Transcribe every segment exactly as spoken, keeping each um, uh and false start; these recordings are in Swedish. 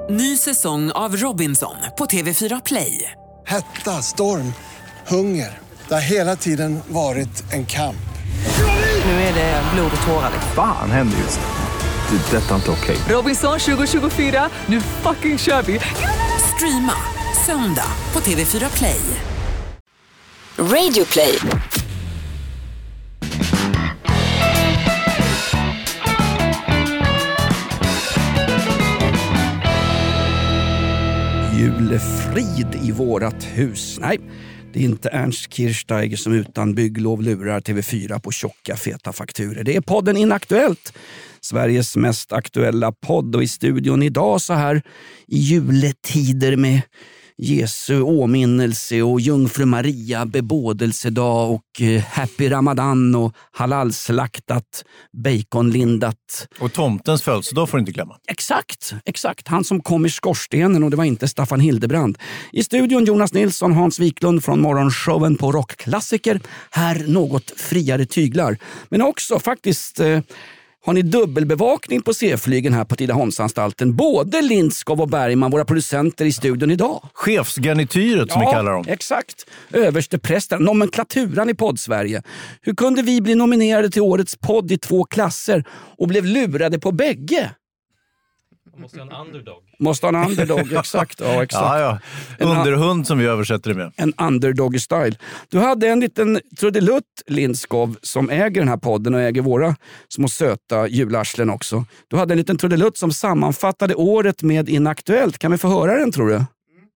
Ny säsong av Robinson på T V fyra Play. Hetta, storm, hunger. Det har hela tiden varit en kamp. Nu är det blod och tårar. Fan händer just det. Det är detta inte okej. Robinson tjugo tjugofyra, nu fucking kör vi. Streama söndag på T V fyra Play. Radio Play. Julefrid i vårat hus. Nej, det är inte Ernst Kirchsteiger som utan bygglov lurar T V fyra på tjocka feta fakturer. Det är podden Inaktuellt, Sveriges mest aktuella podd. Och i studion idag så här i juletider med Jesu åminnelse och Jungfru Maria bebådelsedag och eh, Happy Ramadan och halalslaktat, baconlindat. Och tomtens födelsedag får du inte glömma. Exakt, exakt. Han som kom i skorstenen, och det var inte Staffan Hildebrand. I studion Jonas Nilsson, Hans Wiklund från morgonshowen på Rockklassiker. Här något friare tyglar. Men också faktiskt... Eh, Har ni dubbelbevakning på C-flygen här på Tidaholmsanstalten? Både Lindskov och Bergman, våra producenter i studion idag. Chefsgarnityret som ja, vi kallar dem. Exakt. Översteprästen, nomenklaturan i podd-Sverige. Hur kunde vi bli nominerade till årets podd i två klasser och blev lurade på bägge? Måste ha en underdog. Måste ha en underdog, exakt. Ja, exakt. Ja, ja. Underhund som vi översätter det med. En underdog-style. Du hade en liten trudelutt, Lindskov, som äger den här podden och äger våra små söta jularslen också. Du hade en liten trudelutt som sammanfattade året med Inaktuellt. Kan vi få höra den, tror du?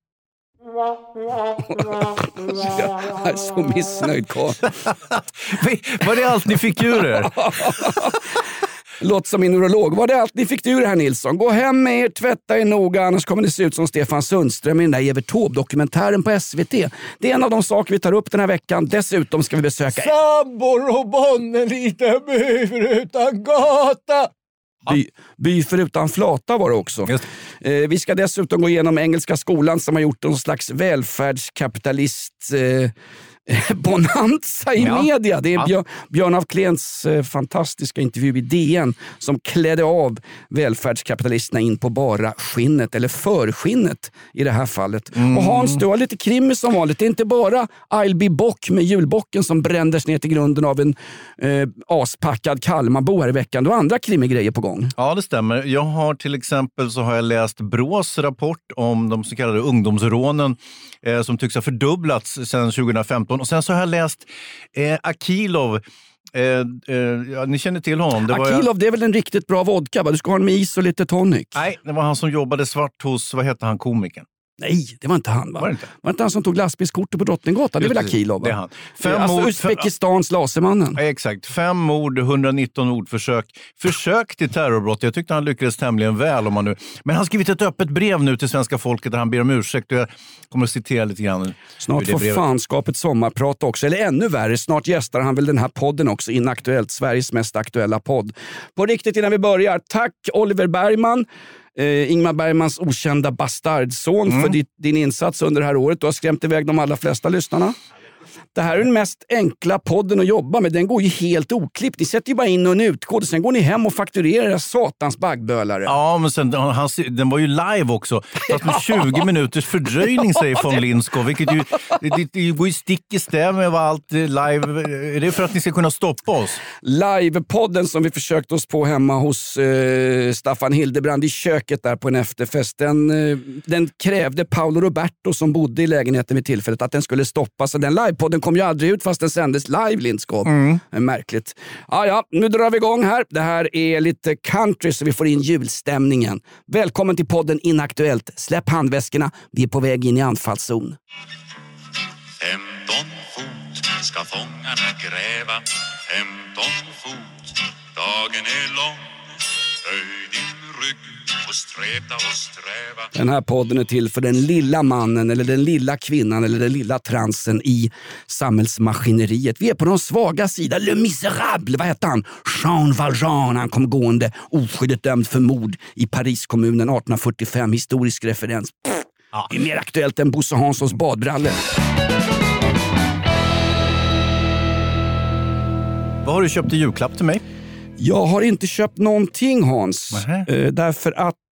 Jag är så missnöjd, Karl. Var det allt ni fick ur er? Låt som min urolog. Var det allt ni fick ur det här, Nilsson? Gå hem med er, tvätta er noga, annars kommer ni se ut som Stefan Sundström i den där Evert Taube-dokumentären på S V T. Det är en av de saker vi tar upp den här veckan. Dessutom ska vi besöka... Sambor och bonnen lite by förutan gata. By, by förutan flata var det också. Eh, vi ska dessutom gå igenom Engelska skolan som har gjort någon slags välfärdskapitalist... Eh, bonanza i ja. media. Det är ja. Björn, Björn af Kleens eh, fantastiska intervju i D N som klädde av välfärdskapitalisterna in på bara skinnet, eller förskinnet i det här fallet. Mm. Och Hans, du har lite krimmis som vanligt. Det är inte bara I'll be bock med julbocken som brändes ner till grunden av en eh, aspackad Kalmarbo här i veckan. Du har andra krimigrejer på gång. Ja, det stämmer. Jag har till exempel så har jag läst Brås rapport om de så kallade ungdomsrånen eh, som tycks ha fördubblats sedan tjugohundrafemton. Och sen så har jag läst eh, Akilov. Eh, eh, ja, ni känner till honom. Det Akilov, var, det är väl en riktigt bra vodka, va? Du ska ha en med is och lite tonic. Nej, det var han som jobbade svart hos, vad heter han, komikern? Nej, det var inte han, va? Var det inte? Var det inte han som tog lastbilskortet på Drottninggatan? Det är väl Akilov, va? Det är han. Fem alltså mord, Uzbekistans lasermannen. Ja, exakt. Fem mord, etthundranitton mordförsök. Försök till terrorbrott. Jag tyckte han lyckades tämligen väl. Om man nu... Men han har skrivit ett öppet brev nu till svenska folket där han ber om ursäkt. Jag kommer att citera lite grann. Snart får fanskapet sommarprata också. Eller ännu värre, snart gästar han väl den här podden också. Inaktuellt, Sveriges mest aktuella podd. På riktigt innan vi börjar, tack Oliver Bergman. Eh, Ingmar Bergmans okända bastardson mm. för ditt, din insats under det här året. Du har skrämt iväg de allra flesta lyssnarna. Det här är den mest enkla podden att jobba med. Den går ju helt oklippt. Ni sätter ju bara in en utkod och sen går ni hem och fakturerar era satans baggbölare. Ja, men sen, han, den var ju live också. Fast med tjugo minuters fördröjning, säger von Lindskov. Vilket ju, det, det går ju stick i stäv med vad allt live... Är det för att ni ska kunna stoppa oss? Livepodden som vi försökt oss på hemma hos eh, Staffan Hildebrand i köket där på en efterfest. Den, eh, den krävde Paolo Roberto som bodde i lägenheten vid tillfället att den skulle stoppas. Så den livepodden kom ju aldrig ut fast den sändes live, Lindskov. Mm. Märkligt. Ja, ja, nu drar vi igång här. Det här är lite country så vi får in julstämningen. Välkommen till podden Inaktuellt. Släpp handväskorna. Vi är på väg in i anfallszon. femton fot ska fångarna gräva. femton fot, dagen är lång. Höj din rygg och sträta och sträva. Den här podden är till för den lilla mannen eller den lilla kvinnan eller den lilla transen i samhällsmaskineriet. Vi är på de svaga sidan. Le Miserable, vad heter han? Jean Valjean, han kom gående oskyldigt dömd för mord i Pariskommunen arton fyrtiofem. Historisk referens. Pff, ja. Det är mer aktuellt än Bosse Hanssons badbrallor. Vad har du köpt i julklapp till mig? Jag har inte köpt någonting, Hans. Nähä. Eh, därför att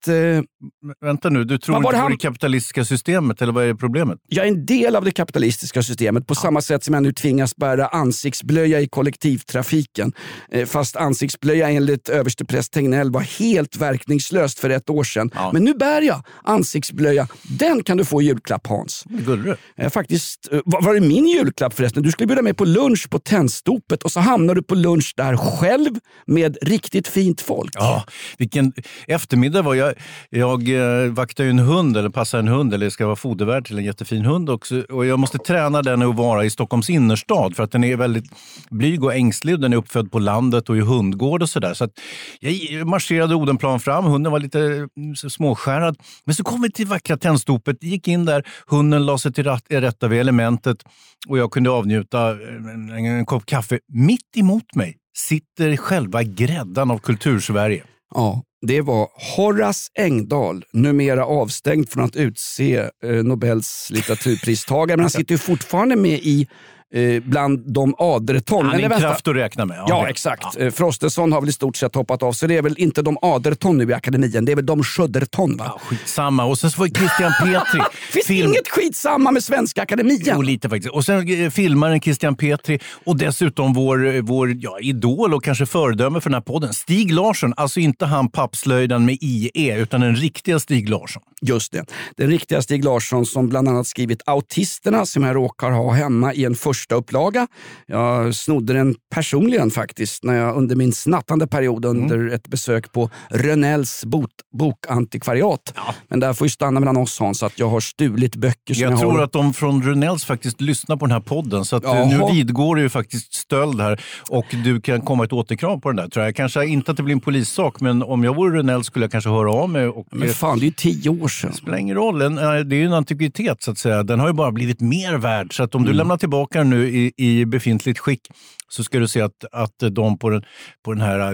Eh, Vänta nu, du tror inte på han... det kapitalistiska systemet, eller vad är problemet? Jag är en del av det kapitalistiska systemet på ja. samma sätt som jag nu tvingas bära ansiktsblöja i kollektivtrafiken. Eh, fast ansiktsblöja enligt överstepräst Tegnell var helt verkningslöst för ett år sedan. Ja. Men nu bär jag ansiktsblöja. Den kan du få i julklapp, Hans. Gulre. Eh, faktiskt, eh, var, var det min julklapp förresten? Du skulle bjuda mig på lunch på Tennstopet och så hamnar du på lunch där själv med riktigt fint folk. Ja, vilken eftermiddag var jag. Jag eh, vaktar ju en hund, eller passar en hund, eller ska vara fodervärd till en jättefin hund också. Och jag måste träna den att vara i Stockholms innerstad, för att den är väldigt blyg och ängslig. Den är uppfödd på landet och i hundgård och sådär. Så att jag marscherade Odenplan fram, hunden var lite småskärrad. Men så kom vi till vackra Tennstopet, gick in där, hunden la sig till rätta vid elementet och jag kunde avnjuta en, en kopp kaffe. Mitt emot mig sitter själva gräddan av Kultursverige. Ja, det var Horace Engdahl, numera avstängd från att utse eh, Nobels litteraturpristagare. Men han sitter ju fortfarande med i eh, bland de aderton. Han är en kraft att räkna med. Ja, ja exakt. Ja. Frostenson har väl i stort sett hoppat av. Så det är väl inte de aderton nu i akademin. Det är väl de sjöderton, va? Ja, skitsamma. Och sen så var det Christian Petri. Finns Film... inget skitsamma med Svenska Akademien? Jo, lite faktiskt. Och sen filmaren Christian Petri. Och dessutom vår, vår ja, idol och kanske föredöme för den här podden. Stig Larsson. Alltså inte han pappslöjdan med I E, utan den riktiga Stig Larsson. Just det. Den riktiga Stig Larsson som bland annat skrivit Autisterna, som jag råkar ha hemma i en första upplaga. Jag snodde den personligen faktiskt när jag under min snattande period under mm. ett besök på Rönnells bot, bokantikvariat. Ja. Men där får ju stanna mellan oss, Hans, så att jag har stulit böcker. Som jag, jag tror har... att de från Rönnells faktiskt lyssnar på den här podden, så att nu vidgår det ju faktiskt stöld här och du kan komma ett återkrav på den där, tror jag. Kanske inte att det blir en polissak, men om jag vore Rönnell skulle jag kanske höra av mig. Och... Men fan, det är ju tio år sedan. Det spelar ingen roll. Det är ju en antikvitet, så att säga. Den har ju bara blivit mer värd, så att om mm. du lämnar tillbaka den nu i, i befintligt skick, så ska du se att, att de på den, på den här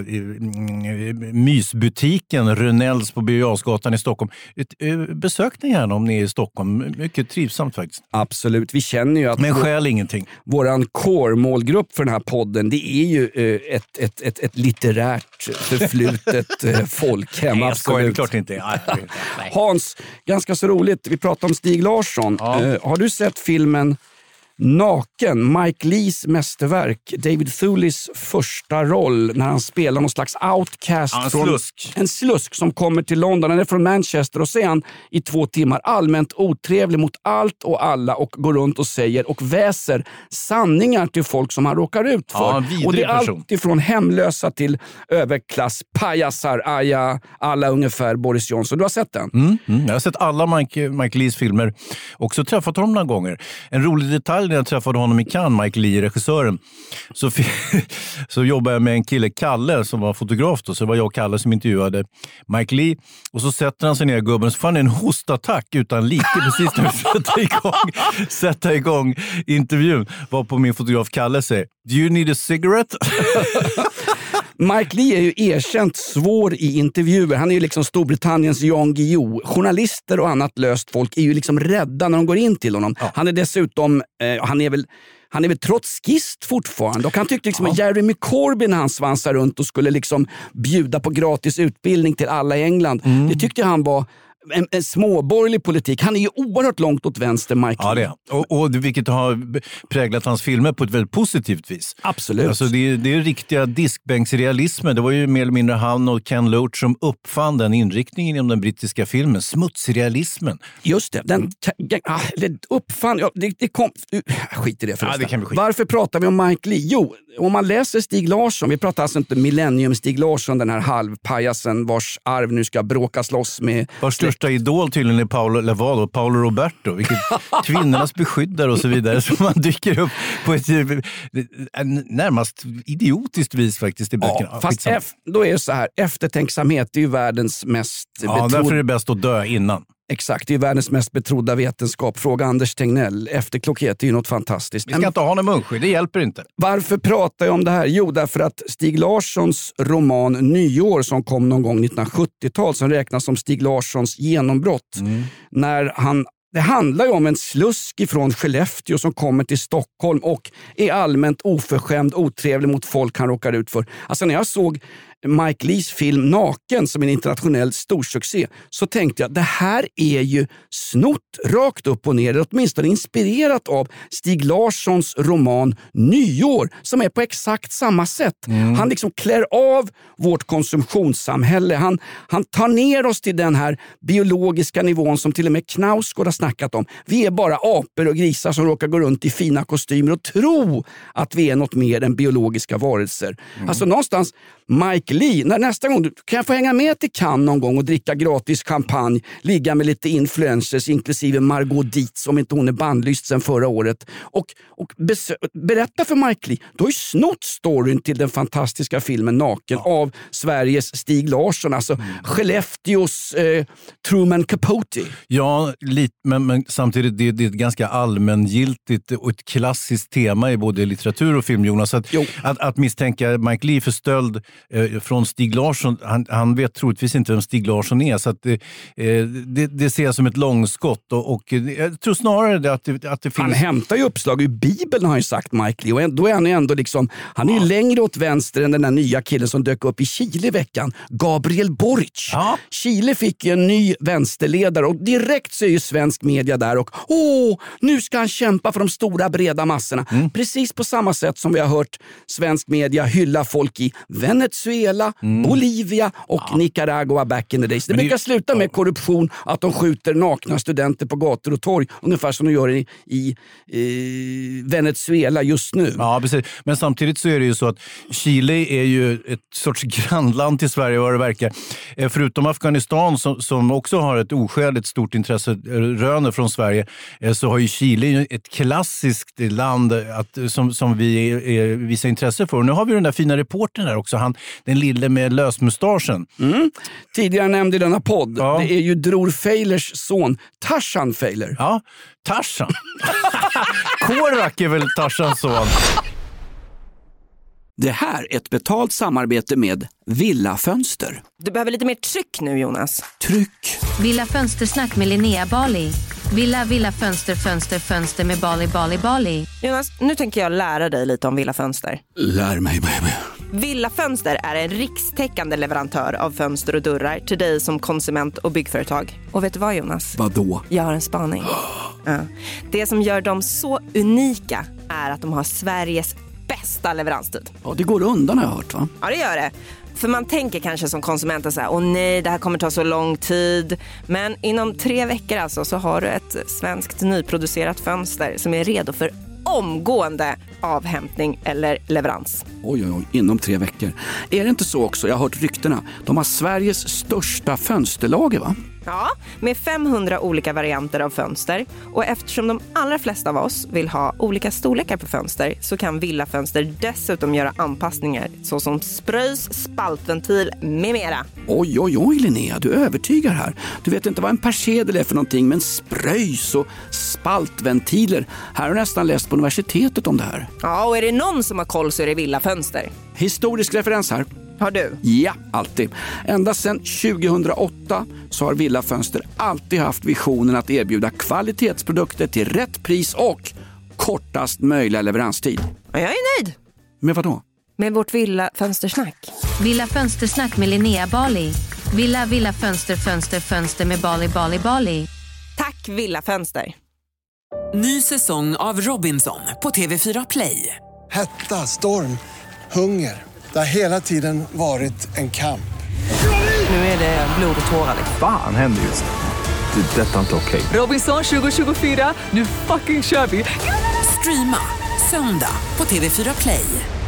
uh, mysbutiken Rönnells på Birger Jarlsgatan i Stockholm. Ett, uh, besök den gärna om ni är i Stockholm. Mycket trivsamt faktiskt. Absolut. Vi känner ju att... Men skäl ingenting. Våran core-målgrupp för den här podden, det är ju uh, ett, ett, ett, ett litterärt förflutet uh, folkhem. Nej, jag skojar, det är klart inte. Ja, nej. Hans, ganska så roligt. Vi pratar om Stig Larsson. Ja. Uh, har du sett filmen Naken, Mike Lees mästerverk, David Thulis första roll när han spelar någon slags outcast ja, en från slusk. en slusk som kommer till London. Han är från Manchester och ser han i två timmar allmänt otrevlig mot allt och alla och går runt och säger och väser sanningar till folk som han råkar ut för. Ja, och det är person. allt ifrån hemlösa till överklass, pajasar, aja, alla ungefär Boris Johnson. Du har sett den? Mm, mm. Jag har sett alla Mike, Mike Lees filmer. Också träffat honom några gånger. En rolig detalj när jag träffade honom i Cannes, Mike Lee, regissören, så, så jobbade jag med en kille, Kalle, som var fotograf då. Så det var jag och Kalle som intervjuade Mike Lee. Och så sätter han sig ner i gubben, så fann en hostattack utan like precis när vi sätter igång, sätter igång intervjun. Var på min fotograf Kalle säger, do you need a cigarette? Mike Lee är ju erkänt svår i intervjuer. Han är ju liksom Storbritanniens Jan Guillou. Journalister och annat löst folk är ju liksom rädda när de går in till honom. Ja. Han är dessutom, eh, han är väl Han är väl trotskist fortfarande. Och han tyckte liksom ja. att Jeremy Corbyn, han svansar runt och skulle liksom bjuda på gratis utbildning till alla i England. Mm. Det tyckte han var en, en småborgerlig politik. Han är ju oerhört långt åt vänster, Mike. Ja, det är. Och, och vilket har präglat hans filmer på ett väldigt positivt vis. Absolut. Alltså det, det är riktiga diskbänksrealismen. Det var ju mer eller mindre han och Ken Loach som uppfann den inriktningen inom den brittiska filmen. Smutsrealismen. Just det. Den ah, det uppfann... Ja, det, det kom... Skit i det förresten. Ja, det kan vi skit. Varför pratar vi om Mike Lee? Jo, om man läser Stig Larsson, vi pratar alltså inte Millennium Stig Larsson, den här halvpajasen vars arv nu ska bråkas loss med... Vars största idol tydligen är Paolo Levado, Paolo Roberto, vilket kvinnornas beskyddare och så vidare, som man dyker upp på ett närmast idiotiskt vis faktiskt i böckerna. Ja, fast F, då är det så här, eftertänksamhet är ju världens mest ja, betrodd... därför är det bäst att dö innan. Exakt, det är världens mest betrodda vetenskap. Fråga Anders Tegnell. Efterklokhet är ju något fantastiskt. Vi ska inte ha någon munskydd, det hjälper inte. Varför pratar jag om det här? Jo, därför att Stig Larssons roman Nyår som kom någon gång nittonhundrasjuttiotal, som räknas som Stig Larssons genombrott. Mm. När han... Det handlar ju om en slusk ifrån Skellefteå som kommer till Stockholm och är allmänt oförskämd, otrevlig mot folk han råkar ut för. Alltså när jag såg Mike Lees film Naken som en internationell storsuccé, så tänkte jag det här är ju snott rakt upp och ner, eller åtminstone inspirerat av Stig Larssons roman Nyår, som är på exakt samma sätt. Mm. Han liksom klär av vårt konsumtionssamhälle. Han, han tar ner oss till den här biologiska nivån som till och med Knausgård har snackat om. Vi är bara apor och grisar som råkar gå runt i fina kostymer och tro att vi är något mer än biologiska varelser. Mm. Alltså någonstans Mike Lee, när nästa gång du kan jag få hänga med till Cannes någon gång och dricka gratis champagne, ligga med lite influencers inklusive Margot Dietz om inte hon är bandlyst sedan förra året och, och besö- berätta för Mike Lee, du har ju snott storyn till den fantastiska filmen Naken ja. av Sveriges Stig Larsson, alltså mm. Skellefteås eh, Truman Capote. Ja, lite, men, men samtidigt det, det är ett ganska allmängiltigt och ett klassiskt tema i både litteratur och film, Jonas. Att, att, att misstänka Mike Lee för stöld eh, från Stig Larsson, han, han vet troligtvis inte vem Stig Larsson är, så att det, eh, det, det ser jag som ett långskott och, och jag tror snarare det att, det, att det finns... Han hämtar ju uppslag ur Bibeln har ju sagt Mike Lee, och då är han ju ändå liksom, han är ju ja. längre åt vänster än den där nya killen som dök upp i Chile i veckan, Gabriel Boric. Ja. Chile fick ju en ny vänsterledare och direkt så är ju svensk media där och åh, nu ska han kämpa för de stora breda massorna. Mm. Precis på samma sätt som vi har hört svensk media hylla folk i Venezuela, mm. Bolivia och ja. Nicaragua back in the days. Det Men brukar det... sluta med korruption, att de skjuter nakna studenter på gator och torg, ungefär som de gör i, i, i Venezuela just nu. Ja, precis. Men samtidigt så är det ju så att Chile är ju ett sorts grannland till Sverige vad det verkar. Förutom Afghanistan som, som också har ett oskäligt stort intresse röner från Sverige, så har ju Chile ett klassiskt land att, som, som vi är, är, visar intresse för. Och nu har vi den där fina reportern där också, han, den lille med lösmustaschen. Mm. Tidigare nämnde i denna podd, ja. det är ju Dror Feilers son, Tarzan Feiler. Ja, Tarzan. Korak är väl Tarzans son. Det här är ett betalt samarbete med Villa Fönster. Du behöver lite mer tryck nu, Jonas. Tryck. Villa Fönstersnack med Linnea Bali. Villa, Villa Fönster, Fönster, Fönster med Bali, Bali, Bali. Jonas, nu tänker jag lära dig lite om Villa Fönster. Lär mig, baby. Villa Fönster är en rikstäckande leverantör av fönster och dörrar till dig som konsument och byggföretag. Och vet du vad, Jonas? Vadå? Jag har en spaning. Ja. Det som gör dem så unika är att de har Sveriges bästa leveranstid. Ja, det går undan har jag hört, va? Ja, det gör det. För man tänker kanske som konsument så här, åh nej, det här kommer ta så lång tid. Men inom tre veckor alltså så har du ett svenskt nyproducerat fönster som är redo för omgående avhämtning eller leverans. Oj, oj, oj, inom tre veckor. Är det inte så också, jag har hört ryktena, de har Sveriges största fönsterlager, va? Ja, med femhundra olika varianter av fönster. Och eftersom de allra flesta av oss vill ha olika storlekar på fönster så kan Villa Fönster dessutom göra anpassningar såsom spröjs, spaltventil med mera. Oj, oj, oj Linnea, du övertygar här. Du vet inte vad en persedel är för någonting, men spröjs och spaltventiler. Här har jag nästan läst på universitetet om det här. Ja, och är det någon som har koll så är det Villa Fönster. Historisk referens här. Har du? Ja, alltid. Ända sedan tjugohundraåtta så har Villa Fönster alltid haft visionen att erbjuda kvalitetsprodukter till rätt pris och kortast möjliga leveranstid. Jag är nöjd. Med vad då? Med vårt Villa Fönstersnack. Villa Fönstersnack med Linnea Bali. Villa, Villa Fönster, Fönster, Fönster med Bali, Bali, Bali. Tack Villa Fönster. Ny säsong av Robinson på T V fyra Play. Hetta, storm, hunger. Det har hela tiden varit en kamp. Nu är det blod och tårar. Fan händer just det. Det är detta inte okej. Okay. Robinson tjugo tjugofyra, nu fucking kör vi. Streama söndag på T V fyra Play.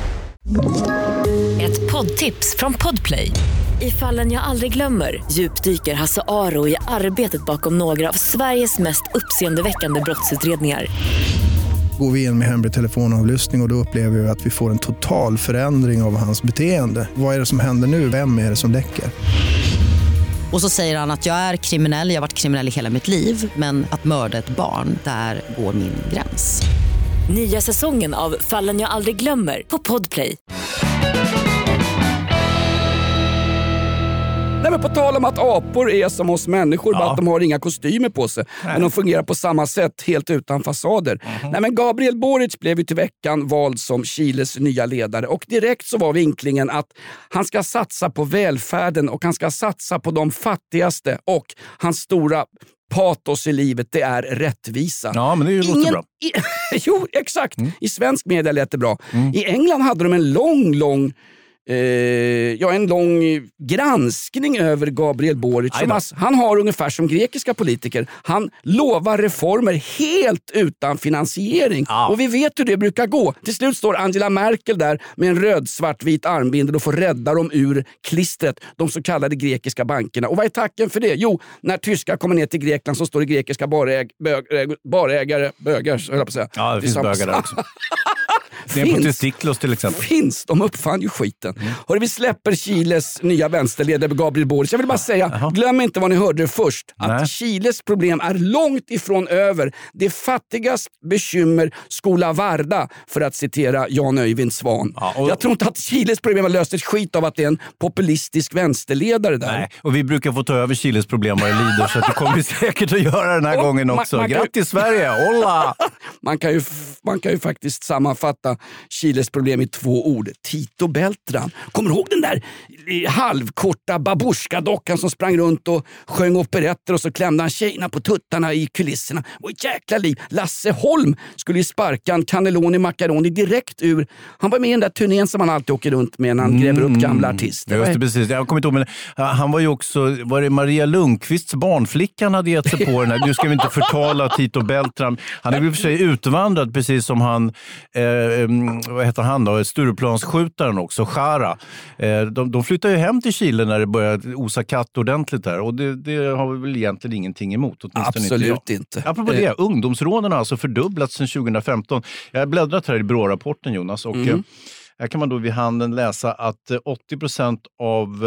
Ett poddtips från Podplay. I Fallen jag aldrig glömmer djupdyker Hasse Aro i arbetet bakom några av Sveriges mest uppseendeväckande brottsutredningar. Går vi in med hemlig telefonavlyssning och, och då upplever vi att vi får en total förändring av hans beteende. Vad är det som händer nu? Vem är det som läcker? Och så säger han att jag är kriminell, jag har varit kriminell i hela mitt liv. Men att mörda ett barn, där går min gräns. Nya säsongen av Fallen jag aldrig glömmer på Podplay. Nej Nej, men på tal om att apor är som oss människor, ja. bara att de har inga kostymer på sig. Nej. Men de fungerar på samma sätt, helt utan fasader. Mm-hmm. Nej, men Gabriel Boric blev ju till veckan vald som Chiles nya ledare. Och direkt så var vinklingen att han ska satsa på välfärden och han ska satsa på de fattigaste. Och hans stora patos i livet, det är rättvisa. Ja, men det låter Ingen... bra. I... jo, exakt. Mm. I svensk media lät det bra. Mm. I England hade de en lång, lång Eh, ja, en lång granskning över Gabriel Boric. Som han har ungefär som grekiska politiker. Han lovar reformer helt utan finansiering. Ja. Och vi vet hur det brukar gå. Till slut står Angela Merkel där med en röd svartvit armbindel och får rädda dem ur klistret. De så kallade grekiska bankerna. Och vad är tacken för det? Jo, när tyskar kommer ner till Grekland så står det grekiska baräg, bög, barägare, bögar, så höll jag på att säga. Ja, det, det finns bögar där också. Det är på testiklos till exempel. Finns, de uppfann ju skiten. Mm. Hörru, vi släpper Chiles nya vänsterledare Gabriel Boric. Jag vill bara säga, Aha. glöm inte vad ni hörde först. Att Nej. Chiles problem är långt ifrån över. Det fattigas bekymmer skola varda, för att citera Jan Öjvind Svan. Ja, och... Jag tror inte att Chiles problem har löst ett skit av att det är en populistisk vänsterledare där. Nej, och vi brukar få ta över Chiles problem vad det lider, så att det kommer vi säkert att göra den här och gången också. Man, man Grattis ju... Sverige, hola! man, kan ju, man kan ju faktiskt sammanfatta Chiles problem i två ord. Tito Beltran. Kommer du ihåg den där halvkorta babushka-dockan som sprang runt och sjöng operetter och så klämde han tjejerna på tuttarna i kulisserna? Och jäkla liv. Lasse Holm skulle ju sparka en cannelloni macaroni direkt ur. Han var med i den där turnén som han alltid åker runt med när han mm, gräver upp gamla artister. Just det, precis. Jag kommer inte ihåg, men han var ju också, var det Maria Lundqvists barnflickan hade gett sig på den här. Nu ska vi inte förtala Tito Beltran. Han är ju för sig utvandrad, precis som han eh, vad heter han då? Stureplansskjutaren också, Chara. Eh, de, de flyttade ju hem till Chile när det började osa katt ordentligt där. Och det, det har vi väl egentligen ingenting emot. Absolut inte. inte. Apropå det, ungdomsrånen har alltså fördubblats sedan tjugo femton. Jag har bläddrat här i Brå-rapporten, Jonas, och mm. här kan man då vid handen läsa att åttio procent av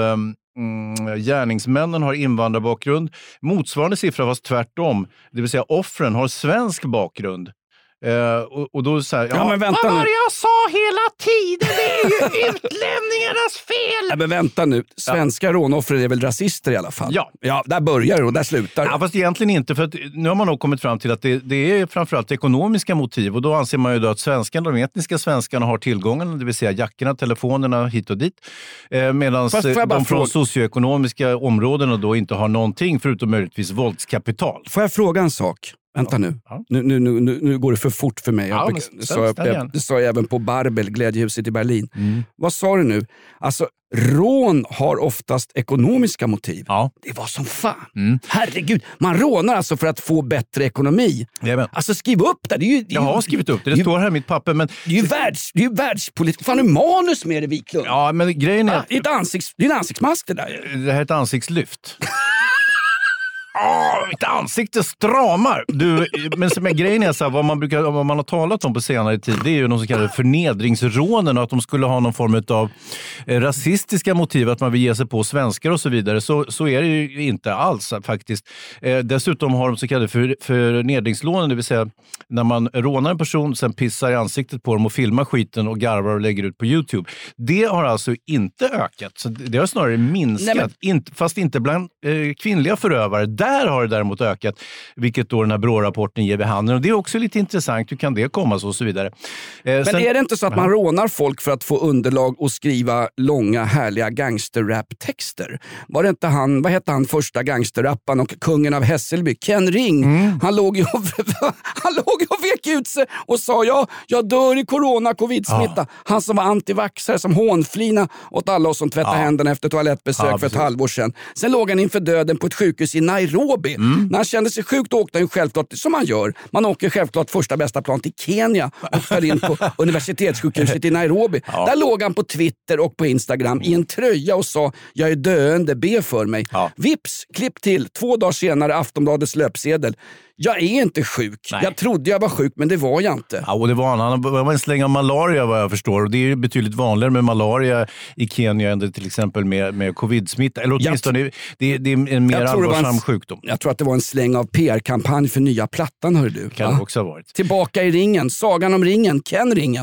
Mm, gärningsmännen har invandrarbakgrund. Motsvarande siffra var tvärtom. Det vill säga offren har svensk bakgrund. Uh, och, och då så här, ja, ja, men vänta vad nu. var det jag sa hela tiden? Det är ju utlänningarnas fel! Ja, men vänta nu. Svenska ja. rånoffer är väl rasister i alla fall? Ja. Ja, där börjar det och där slutar det. Ja, fast egentligen inte, för att nu har man nog kommit fram till att det, det är framförallt ekonomiska motiv, och då anser man ju då att svenskarna, de etniska svenskarna har tillgången, det vill säga jackorna, telefonerna hit och dit, eh, medan de från socioekonomiska områdena då inte har någonting förutom möjligtvis våldskapital. Får jag fråga en sak? Vänta nu. Ja. Nu, nu, nu. Nu går det för fort för mig. Ja, jag, det, sa jag, jag, det sa jag även på Barbel, Glädjehuset i Berlin. Mm. Vad sa du nu? Alltså, rån har oftast ekonomiska motiv. Ja. Det var som fan. Mm. Herregud, man rånar alltså för att få bättre ekonomi. Jajamän. Alltså skriv upp det. det, är ju, det är jag har skrivit upp det. Det, det står här i mitt papper. Men... Det är ju, världs, det är ju världspolitik. Fan, är manus med det, Wiklund? Ja, men grejen är... Ah, det är ett ansikts, det är en ansiktsmask det där. Det här är ett ansiktslyft. Åh, mitt ansikte stramar! Du, men, men grejen är så här, vad man, brukar, vad man har talat om på senare tid, det är ju de så kallade förnedringsrånen, och att de skulle ha någon form av eh, rasistiska motiv, att man vill ge sig på svenskar och så vidare. Så, så är det ju inte alls faktiskt. Eh, dessutom har de så kallade för, förnedringslånen, det vill säga när man rånar en person, sen pissar i ansiktet på dem och filmar skiten och garvar och lägger ut på YouTube. Det har alltså inte ökat. Så det har snarare minskat, Nej, men... inte, fast inte bland eh, kvinnliga förövare. Där har det däremot ökat, vilket då den här Brå-rapporten ger vid handen. Och det är också lite intressant, hur kan det komma så och så vidare. Eh, Men sen, är det inte så att man rånar folk för att få underlag och skriva långa, härliga gangsterrap-texter? Var det inte han, vad hette han, första gangsterrappan och kungen av Hässelby, Ken Ring? Mm. Han låg ju och, han låg och vek ut sig och sa, ja, jag dör i corona, covid-smitta. Ja. Han som var antivaxare, som hånflina åt alla oss som tvättade ja. händerna efter toalettbesök ja, för ett halvår sedan. Sen låg han inför döden på ett sjukhus i Nairobi. Mm. När han kände sig sjukt åkte han självklart, som man gör. Man åker självklart första bästa plan till Kenya och föll in på universitetssjukhuset i Nairobi. Ja. Där låg han på Twitter och på Instagram i en tröja och sa, jag är döende, be för mig. Ja. Vips, klipp till. Två dagar senare Aftonbladets löpsedel. Jag är inte sjuk. Nej. Jag trodde jag var sjuk, men det var jag inte. Ja, och det var han. Han var en släng av malaria, vad jag förstår. Och det är betydligt vanligare med malaria i Kenya än det till exempel med, med covid-smitta. Eller åtminstone, jag, det, det är en mer allvarsam en, sjukdom. Jag tror att det var en släng av P R-kampanj för nya plattan, hör du. Kan det också ha varit. Tillbaka i ringen. Sagan om ringen. Ken Ringen. Ja.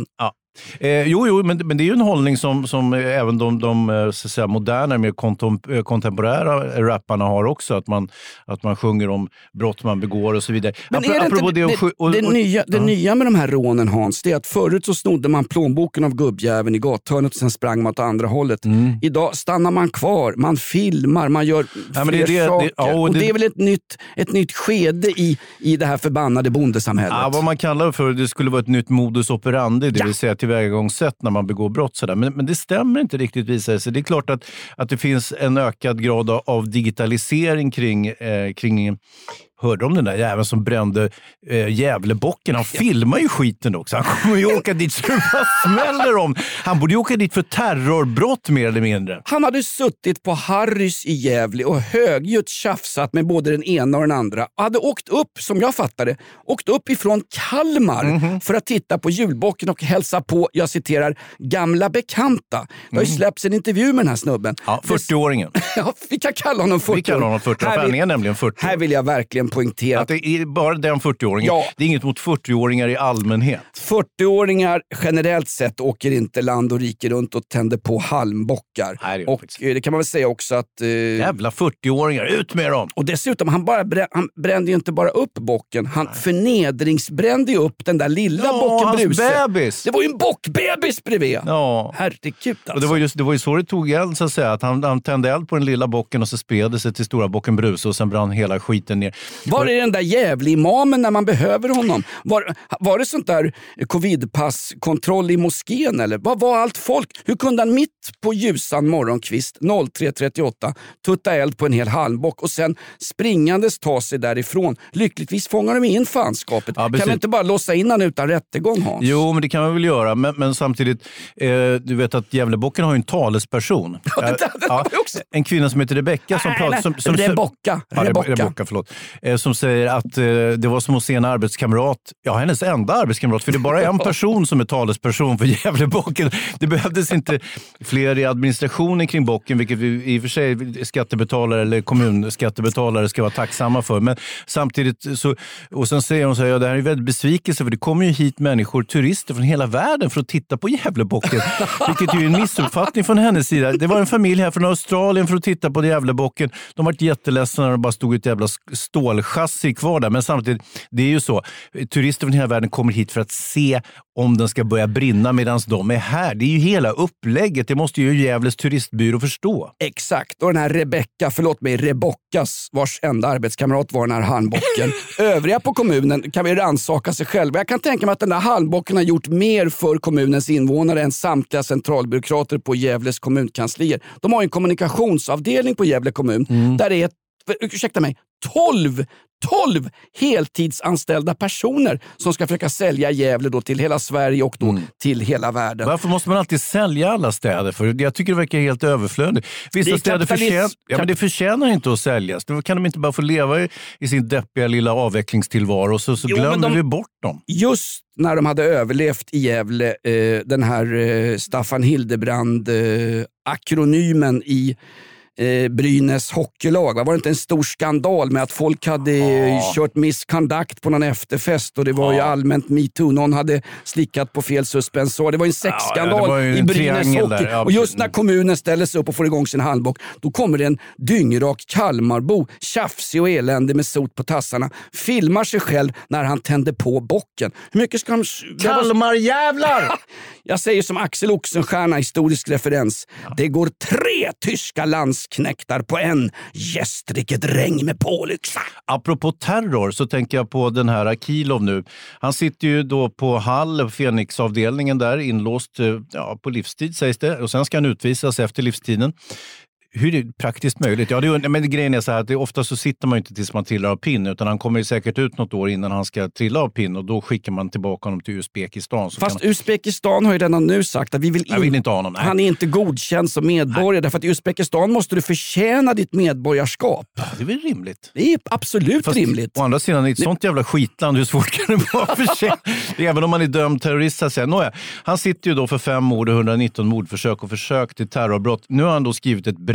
Eh, jo, jo men, men det är ju en hållning som, som även de, de så att säga, moderna, mer kontem- kontemporära rapparna har också. Att man, att man sjunger om brott man begår och så vidare. Men Apropå, är det, inte, det, och, det, och, det, och, nya, det ja. nya med de här rånen, Hans, det är att förut så snodde man plånboken av gubbjäveln i gathörnet och sen sprang man åt andra hållet. Mm. Idag stannar man kvar, man filmar, man gör ja, fler det, det, saker. Det, ja, och, och det, det är väl ett nytt, ett nytt skede i, i det här förbannade bondesamhället. Ja, vad man kallar för, det skulle vara ett nytt modus operandi, det ja. vill säga tillvägagångssätt när man begår brott. Sådär. Men, men det stämmer inte riktigt, visar det sig. Det är klart att, att det finns en ökad grad av digitalisering kring, eh, kring hörde om den där jäveln som brände eh, Gävlebocken. Han filmar ju skiten också. Han kommer ju åka dit så det smäller om. Han borde ju åka dit för terrorbrott mer eller mindre. Han hade suttit på Harrys i Gävle och högljutt tjafsat med både den ena och den andra. Och hade åkt upp, som jag fattade, åkt upp ifrån Kalmar mm-hmm. för att titta på julbocken och hälsa på, jag citerar, gamla bekanta. Det har ju släppts en intervju med den här snubben. Ja, fyrtio-åringen. Ja, vi kan kalla honom fyrtio. Vi kallar honom fyrtio. Här vill, är nämligen fyrtio. Här vill jag verkligen poängtera att det är bara den fyrtio-åringen. Ja. Det är inget mot fyrtio-åringar i allmänhet. fyrtio-åringar generellt sett åker inte land och rike runt och tänder på halmbockar. Nej, det och det. det kan man väl säga också att... Eh, jävla fyrtio-åringar, ut med dem! Och dessutom, han, bara brä, han brände ju inte bara upp bocken. Han Nej. förnedringsbrände ju upp den där lilla ja, bocken Bruse. Bebis. Det var ju en bockbebis bredvid. Ja. Herregud alltså. Och det, var just, det var ju så det tog eld, så att säga. Att han, han tände eld på den lilla bocken och så spred det sig till stora bocken Bruse och sen brann hela skiten ner. Var är den där Gävle-imamen när man behöver honom? Var, var det sånt där covidpasskontroll i moskén eller? Vad var allt folk? Hur kunde han mitt på ljusan morgonkvist tre trettioåtta tutta eld på en hel halmbock och sen springandes ta sig därifrån? Lyckligtvis fångar de in fanskapet. Ja, kan man inte bara låsa in han utan rättegång, Hans? Jo, men det kan man väl göra. Men, men samtidigt, eh, du vet att Gävlebocken har ju en talesperson. Ja, det, det ja, också. En kvinna som heter Rebecka som pratar... Som, som, Rebecka. Ja, Rebecka. Rebecka, förlåt. Eh, som säger att eh, det var som att se en arbetskamrat, ja, hennes enda arbetskamrat, för det är bara en person som är talesperson för Gävlebocken. Det behövdes inte fler i administrationen kring bocken, vilket vi i och för sig skattebetalare eller kommunskattebetalare ska vara tacksamma för. Men samtidigt så, och sen säger hon så här, ja, det här är väldigt besvikelse för det kommer ju hit människor, turister från hela världen för att titta på Gävlebocken. Vilket är ju en missuppfattning från hennes sida. Det var en familj här från Australien för att titta på Gävlebocken. De var jätteledsna när det bara stod ett jävla stålchassi kvar där. Men samtidigt, det är ju så. Turister från hela världen kommer hit för att se om den ska börja brinna medan de är här. Det är ju hela upplägget. Det måste ju Gävles turistbyrå förstå. Exakt. Och den här Rebecka, förlåt mig, Rebockas, vars enda arbetskamrat var den här halmbocken. Övriga på kommunen kan vi rannsaka sig själva. Jag kan tänka mig att den där halmbocken har gjort mer för kommunens invånare än samtliga centralbyråkrater på Gävles kommunkanslier. De har en kommunikationsavdelning på Gävle kommun mm. där det är, ursäkta mig, tolv tolv heltidsanställda personer som ska försöka sälja Gävle då till hela Sverige och då mm. till hela världen. Varför måste man alltid sälja alla städer? För jag tycker det verkar helt överflödigt. Vissa städer förtjänar, ja, men det förtjänar inte att säljas. Då kan de inte bara få leva i, i sin deppiga lilla avvecklingstillvaro och så, så jo, glömmer de, vi bort dem. Just när de hade överlevt i Gävle, eh, den här eh, Staffan Hildebrand eh, akronymen i Eh, Brynäs hockeylag. Var det inte en stor skandal med att folk hade ja. kört misconduct på någon efterfest och det var ja. ju allmänt MeToo. Någon hade slickat på fel suspensor. Det var en sexskandal ja, ja, i Brynäs hockey. Ja, och just när kommunen ställer sig upp och får igång sin handbock, då kommer det en dyngrak Kalmarbo, tjafsig och eländig med sot på tassarna, filmar sig själv när han tänder på bocken. Hur mycket ska de... Kalmarjävlar! Jag säger som Axel Oxenstierna, historisk referens. Ja. Det går tre tyska landsknäktar på en gästrik dräng med pålyxa. Apropå terror så tänker jag på den här Akilov nu. Han sitter ju då på Hall, Fenixavdelningen där, inlåst ja, på livstid sägs det. Och sen ska han utvisas efter livstiden. Hur är det praktiskt möjligt? Ja, det, men grejen är så här att det, ofta så sitter man inte tills man trillar av pinn, utan han kommer ju säkert ut något år innan han ska trilla av pinn och då skickar man tillbaka honom till Uzbekistan. Så Fast kan... Uzbekistan har ju redan nu sagt att vi vill, in... Jag vill inte ha honom. Nej. Han är inte godkänd som medborgare, nej. Därför att i Uzbekistan måste du förtjäna ditt medborgarskap. Ja, det är väl rimligt. Det är absolut Fast, rimligt. Å andra sidan, i ett det... sånt jävla skitland, hur svårt kan det vara för sig? Även om man är dömd terrorist. Nåja, han sitter ju då för fem mord och hundranitton mordförsök och försök till terrorbrott. Nu har han då skrivit ett brev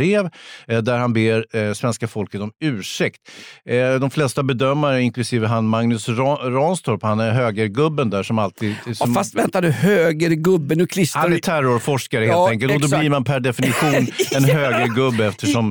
brev eh, där han ber eh, svenska folket om ursäkt. Eh, de flesta bedömare, inklusive han Magnus Ra- Ranstorp, han är högergubben där som alltid... Som, ja, fast vänta du, högergubben, nu klistrar han är terrorforskare helt ja, enkelt. Och exakt. då blir man per definition en högergubbe eftersom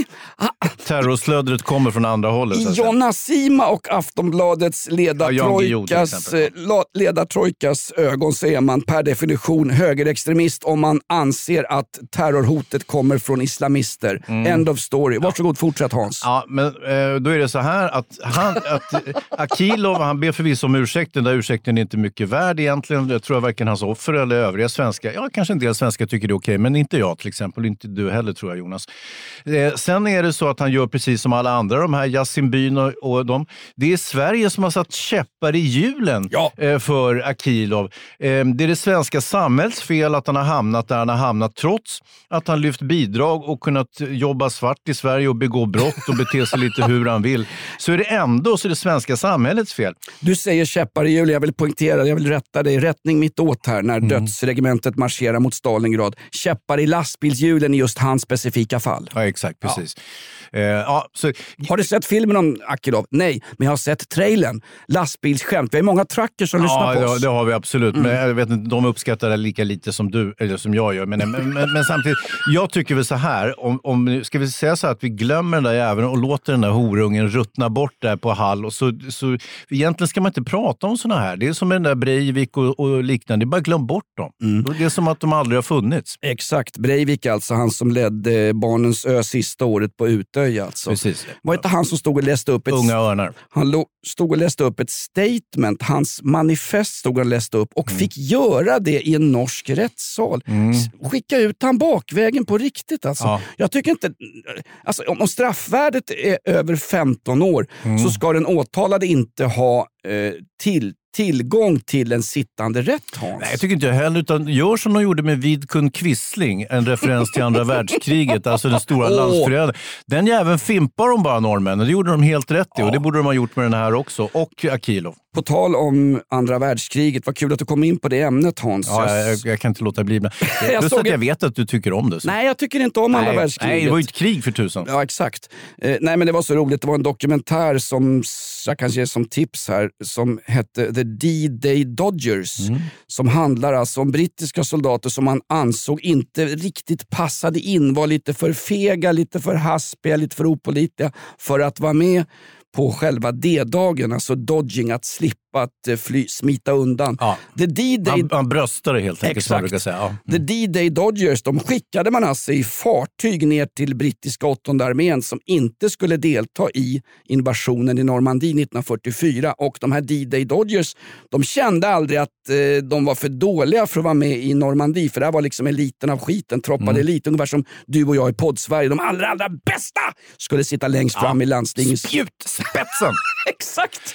terrorslödret kommer från andra hållet. I Jonna Sima och Aftonbladets ledartrojkas, ja, ledartrojkas ögon så är man per definition högerextremist om man anser att terrorhotet kommer från islamister. Mm. End of story. Varsågod, fortsätt Hans. Ja, men eh, då är det så här att, han, att Akilov, han ber förvisso om ursäkt. Den där ursäkten är inte mycket värd egentligen. Jag tror jag varken hans offer eller övriga svenskar. Ja, kanske en del svenskar tycker det är okej, men inte jag till exempel. Inte du heller tror jag, Jonas. Eh, sen är det så att han gör precis som alla andra, de här Yasin Byn och, och de. Det är Sverige som har satt käppar i hjulen ja. eh, för Akilov. Eh, det är det svenska samhälls fel att han har hamnat där han har hamnat, trots att han lyft bidrag och kunnat jobba svart i Sverige och begå brott och bete sig lite hur han vill. Så är det ändå så är det svenska samhällets fel. Du säger käppar i hjulen, jag vill poängtera, jag vill rätta dig. Rättning mitt åt här när mm. dödsregementet marscherar mot Stalingrad. Käppar i lastbilshjulen i just hans specifika fall. Ja, exakt, precis. Ja. Eh, ja, så... Har du sett filmen om Akilov? Nej, men jag har sett trailern. Lastbilsskämt. Vi har många trackers som ja, lyssnar på ja, oss. det har vi absolut. Mm. Men jag vet inte, de uppskattar det lika lite som du eller som jag gör. Men, men, men, men samtidigt, jag tycker väl så här, om, om, ska vi säga så här att vi glömmer den där jäveln och låter den där horungen ruttna bort där på Hall. Och så, så, egentligen ska man inte prata om såna här. Det är som med den där Breivik och, och liknande. Det är bara glöm bort dem. Mm. Det är som att de aldrig har funnits. Exakt. Breivik alltså, han som ledde Barnens ö sista året på Utöja alltså. Precis. Var inte han som stod och läste upp ett... Unga örnar. Han lo, stod och läste upp ett statement. Hans manifest stod och läste upp och mm. fick göra det i en norsk rättssal. Mm. Skicka ut han bakvägen på riktigt alltså. Ja. Jag tycker inte... Alltså, om, om straffvärdet är över femton år mm. så ska den åtalade inte ha eh, till tillgång till en sittande rätt, Hans. Nej, jag tycker inte jag heller, utan gör som de gjorde med Vidkun Quisling, en referens till andra världskriget, alltså den stora oh. landsförrädaren. Den jäveln fimpar de bara norrmännen, det gjorde de helt rätt i, och det borde de ha gjort med den här också, och Akilov. På tal om andra världskriget, vad kul att du kom in på det ämnet, Hans. Ja, jag, jag kan inte låta bli. Men jag plus att jag vet att du tycker om det. Så. Nej, jag tycker inte om andra nej, världskriget. Nej, det var ju ett krig för tusen. Ja, exakt. Eh, nej, men det var så roligt. Det var en dokumentär som jag kan ge som tips här, som hette The D-Day Dodgers. Mm. Som handlar alltså om brittiska soldater som man ansåg inte riktigt passade in, var lite för fega, lite för haspiga, lite för opålitliga för att vara med på själva D-dagen, alltså dodging, att slippa att fly, smita undan. Ja. The D-Day... Han, han bröstade helt enkelt. Exakt. Brukar säga. Ja. Mm. The D-Day Dodgers, de skickade man alltså i fartyg ner till brittiska åttonde armén som inte skulle delta i invasionen i Normandie nittonhundrafyrtiofyra. Och de här D-Day Dodgers, de kände aldrig att eh, de var för dåliga för att vara med i Normandie, för det här var liksom eliten av skiten, troppade mm. elit, ungefär som du och jag i Poddsverige. De allra, allra bästa skulle sitta längst fram ja. i landstingets... Spjutspetsen! Exakt!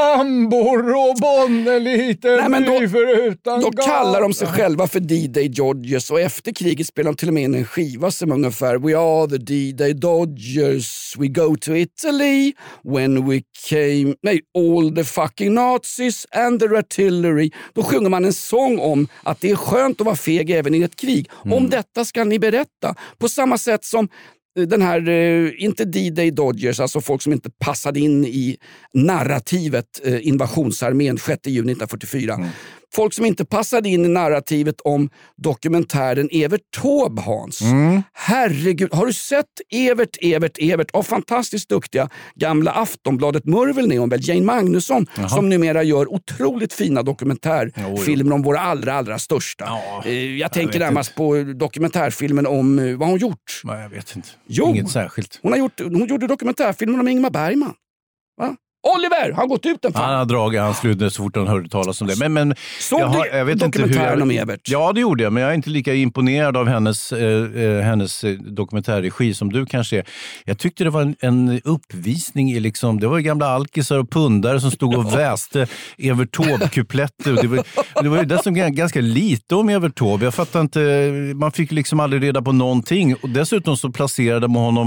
Sambor och Bonneliten. Nej, men då, då kallar de sig själva för D-Day Dodgers, och efter kriget spelar de till och med in en skiva som ungefär We are the D-Day Dodgers, we go to Italy when we came, nej, all the fucking Nazis and the artillery. Då sjunger man en sång om att det är skönt att vara feg även i ett krig. Mm. Om detta ska ni berätta. På samma sätt som den här, eh, inte D-Day Dodgers, alltså folk som inte passade in i narrativet eh, invasionsarmén sjätte juni nittonhundrafyrtiofyra. Mm. Folk som inte passade in i narrativet om dokumentären Evert Taube, Hans. Mm. Herregud, har du sett Evert, Evert, Evert av fantastiskt duktiga gamla Aftonbladet-murveln är hon väl, Jane Magnusson, Jaha. som numera gör otroligt fina dokumentärfilmer om våra allra, allra största. Ja, eh, jag, jag tänker närmast på dokumentärfilmen om eh, vad hon gjort. Nej, jag vet inte. Jo, inget särskilt. Hon, har gjort, hon gjorde dokumentärfilmen om Ingmar Bergman. Va? Oliver, han har gått ut den fan. Han har dragit hans slutade så fort han hörde talas om det. Men, men, Såg jag har, jag vet du dokumentären inte hur jag, om Evert? Ja, det gjorde jag. Men jag är inte lika imponerad av hennes, eh, hennes dokumentärregi som du kanske är. Jag tyckte det var en, en uppvisning i liksom, det var gamla alkisar och pundare som stod och väste Evert Taube-kupletter. Det var, det var ju dessutom ganska lite om Evert Taube. Jag fattar inte, man fick liksom aldrig reda på någonting. Och dessutom så placerade man honom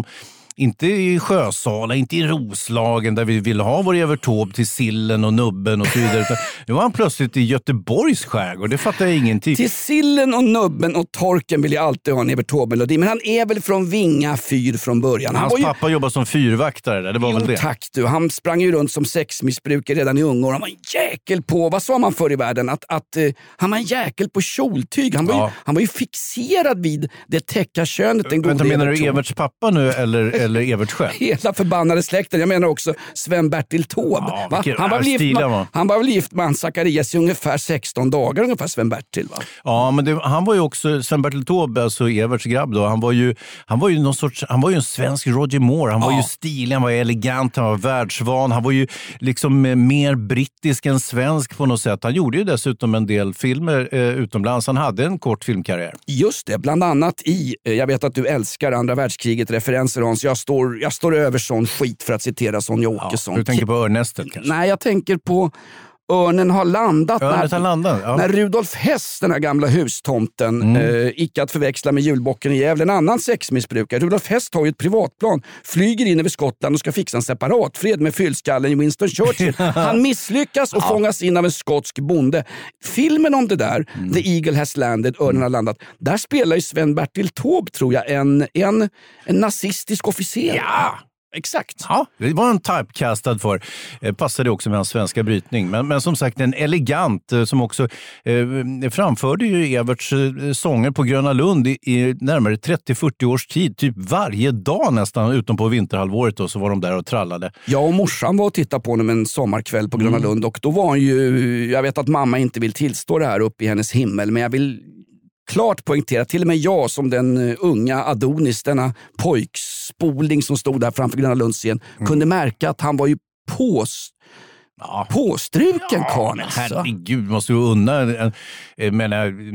inte i Sjösala, inte i Roslagen där vi ville ha vår Evert Taube till Sillen och Nubben och så vidare. Utan nu var han plötsligt i Göteborgs skärgård, det fattar jag ingenting. Till Sillen och Nubben och Torken vill jag alltid ha en Evert Taube-melodi, men han är väl från Vinga fyr från början. Han Hans ju... pappa jobbade som fyrvaktare där, det var jo, väl det. Tack du, han sprang ju runt som sexmissbrukare redan i unga år. Han var en jäkel på, vad sa man förr i världen? Att, att uh, han var en jäkel på kjoltyg. Han var, ja. ju, han var ju fixerad vid det täcka könet. Den Vänta, menar du Everts pappa nu eller, eller Evert själv? Hela förbannade släkten. Jag menar också Sven-Bertil Taube. Ja, han, var gift, man, han var väl gift med Zacharias i ungefär sexton dagar, ungefär Sven-Bertil, va? Ja, men det, han var ju också, Sven-Bertil Taube, alltså Everts grabb då, han var ju, han var ju någon sorts, han var ju en svensk Roger Moore. Han ja. var ju stilig, han var elegant, han var världsvan, han var ju liksom mer brittisk än svensk på något sätt. Han gjorde ju dessutom en del filmer eh, utomlands. Han hade en kort filmkarriär. Just det, bland annat i, eh, jag vet att du älskar andra världskriget, referenser Hans. Jag står, jag står över sån skit för att citera Sonja Åkesson. Ja, du tänker på Örnästet kanske? Nej, jag tänker på Örnen har landat. Örnen när, har landat, ja. När Rudolf Hess, den här gamla hustomten, mm. eh, icke att förväxla med julbocken i Gävle, en annan sexmissbrukare. Rudolf Hess tar ju ett privatplan, flyger in över Skottland och ska fixa en separatfred med fyllskallen i Winston Churchill. Han misslyckas och ja. fångas in av en skotsk bonde. Filmen om det där, mm. The Eagle Has Landed, Örnen har landat, där spelar ju Sven-Bertil Taube, tror jag, en, en, en nazistisk officer. Ja! Exakt. Ja, det var en typecastad för. Eh, passade också med hans svenska brytning. Men, men som sagt, en elegant eh, som också eh, framförde ju Everts eh, sånger på Gröna Lund i, i närmare trettio till fyrtio års tid. Typ varje dag nästan, utom på vinterhalvåret då, så var de där och trallade. Jag och morsan var och tittade på honom en sommarkväll på Gröna mm. Lund. Och då var han ju, jag vet att mamma inte vill tillstå det här uppe i hennes himmel, men jag vill klart poängtera, till och med jag som den unga Adonis, denna pojkspoling som stod där framför Gröna Lunds scen, mm. kunde märka att han var ju pås, ja. påstruken ja, karl. Alltså. Herregud, måste du unna. Men,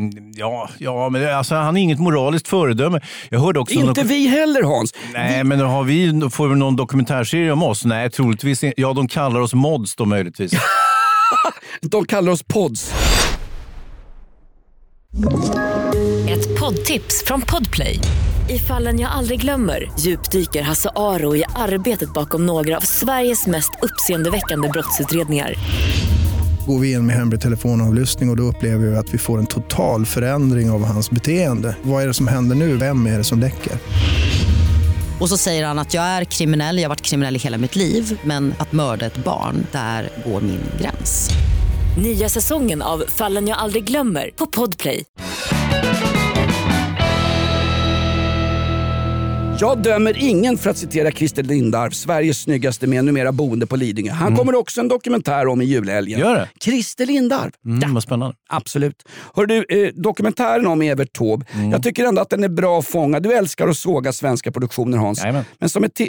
ja, ja, men alltså, han är inget moraliskt föredöme. Jag hörde också inte någon... vi heller, Hans. Nej, vi... men har vi, får vi någon dokumentärserie om oss? Nej, troligtvis. Ja, de kallar oss mods då möjligtvis. De kallar oss pods. Ett poddtips från Podplay. I Fallen jag aldrig glömmer djupdyker Hasse Aro i arbetet bakom några av Sveriges mest uppseendeväckande brottsutredningar. Går vi in med hemlig telefonavlyssning och, och då upplever vi att vi får en total förändring av hans beteende. Vad är det som händer nu? Vem är det som läcker? Och så säger han att jag är kriminell, jag har varit kriminell i hela mitt liv, men att mörda ett barn, där går min gräns. Nya säsongen av Fallen jag aldrig glömmer på Podplay. Jag dömer ingen, för att citera Christer Lindarw, Sveriges snyggaste med numera boende på Lidingö. Han mm. kommer också en dokumentär om i julhelgen. Gör det? Christer Lindarw. Mm, ja. Vad spännande. Absolut. Hör du, eh, dokumentären om Evert Taube, mm. jag tycker ändå att den är bra fångad. Du älskar att såga svenska produktioner, Hans. Jajamän. Men som ett te-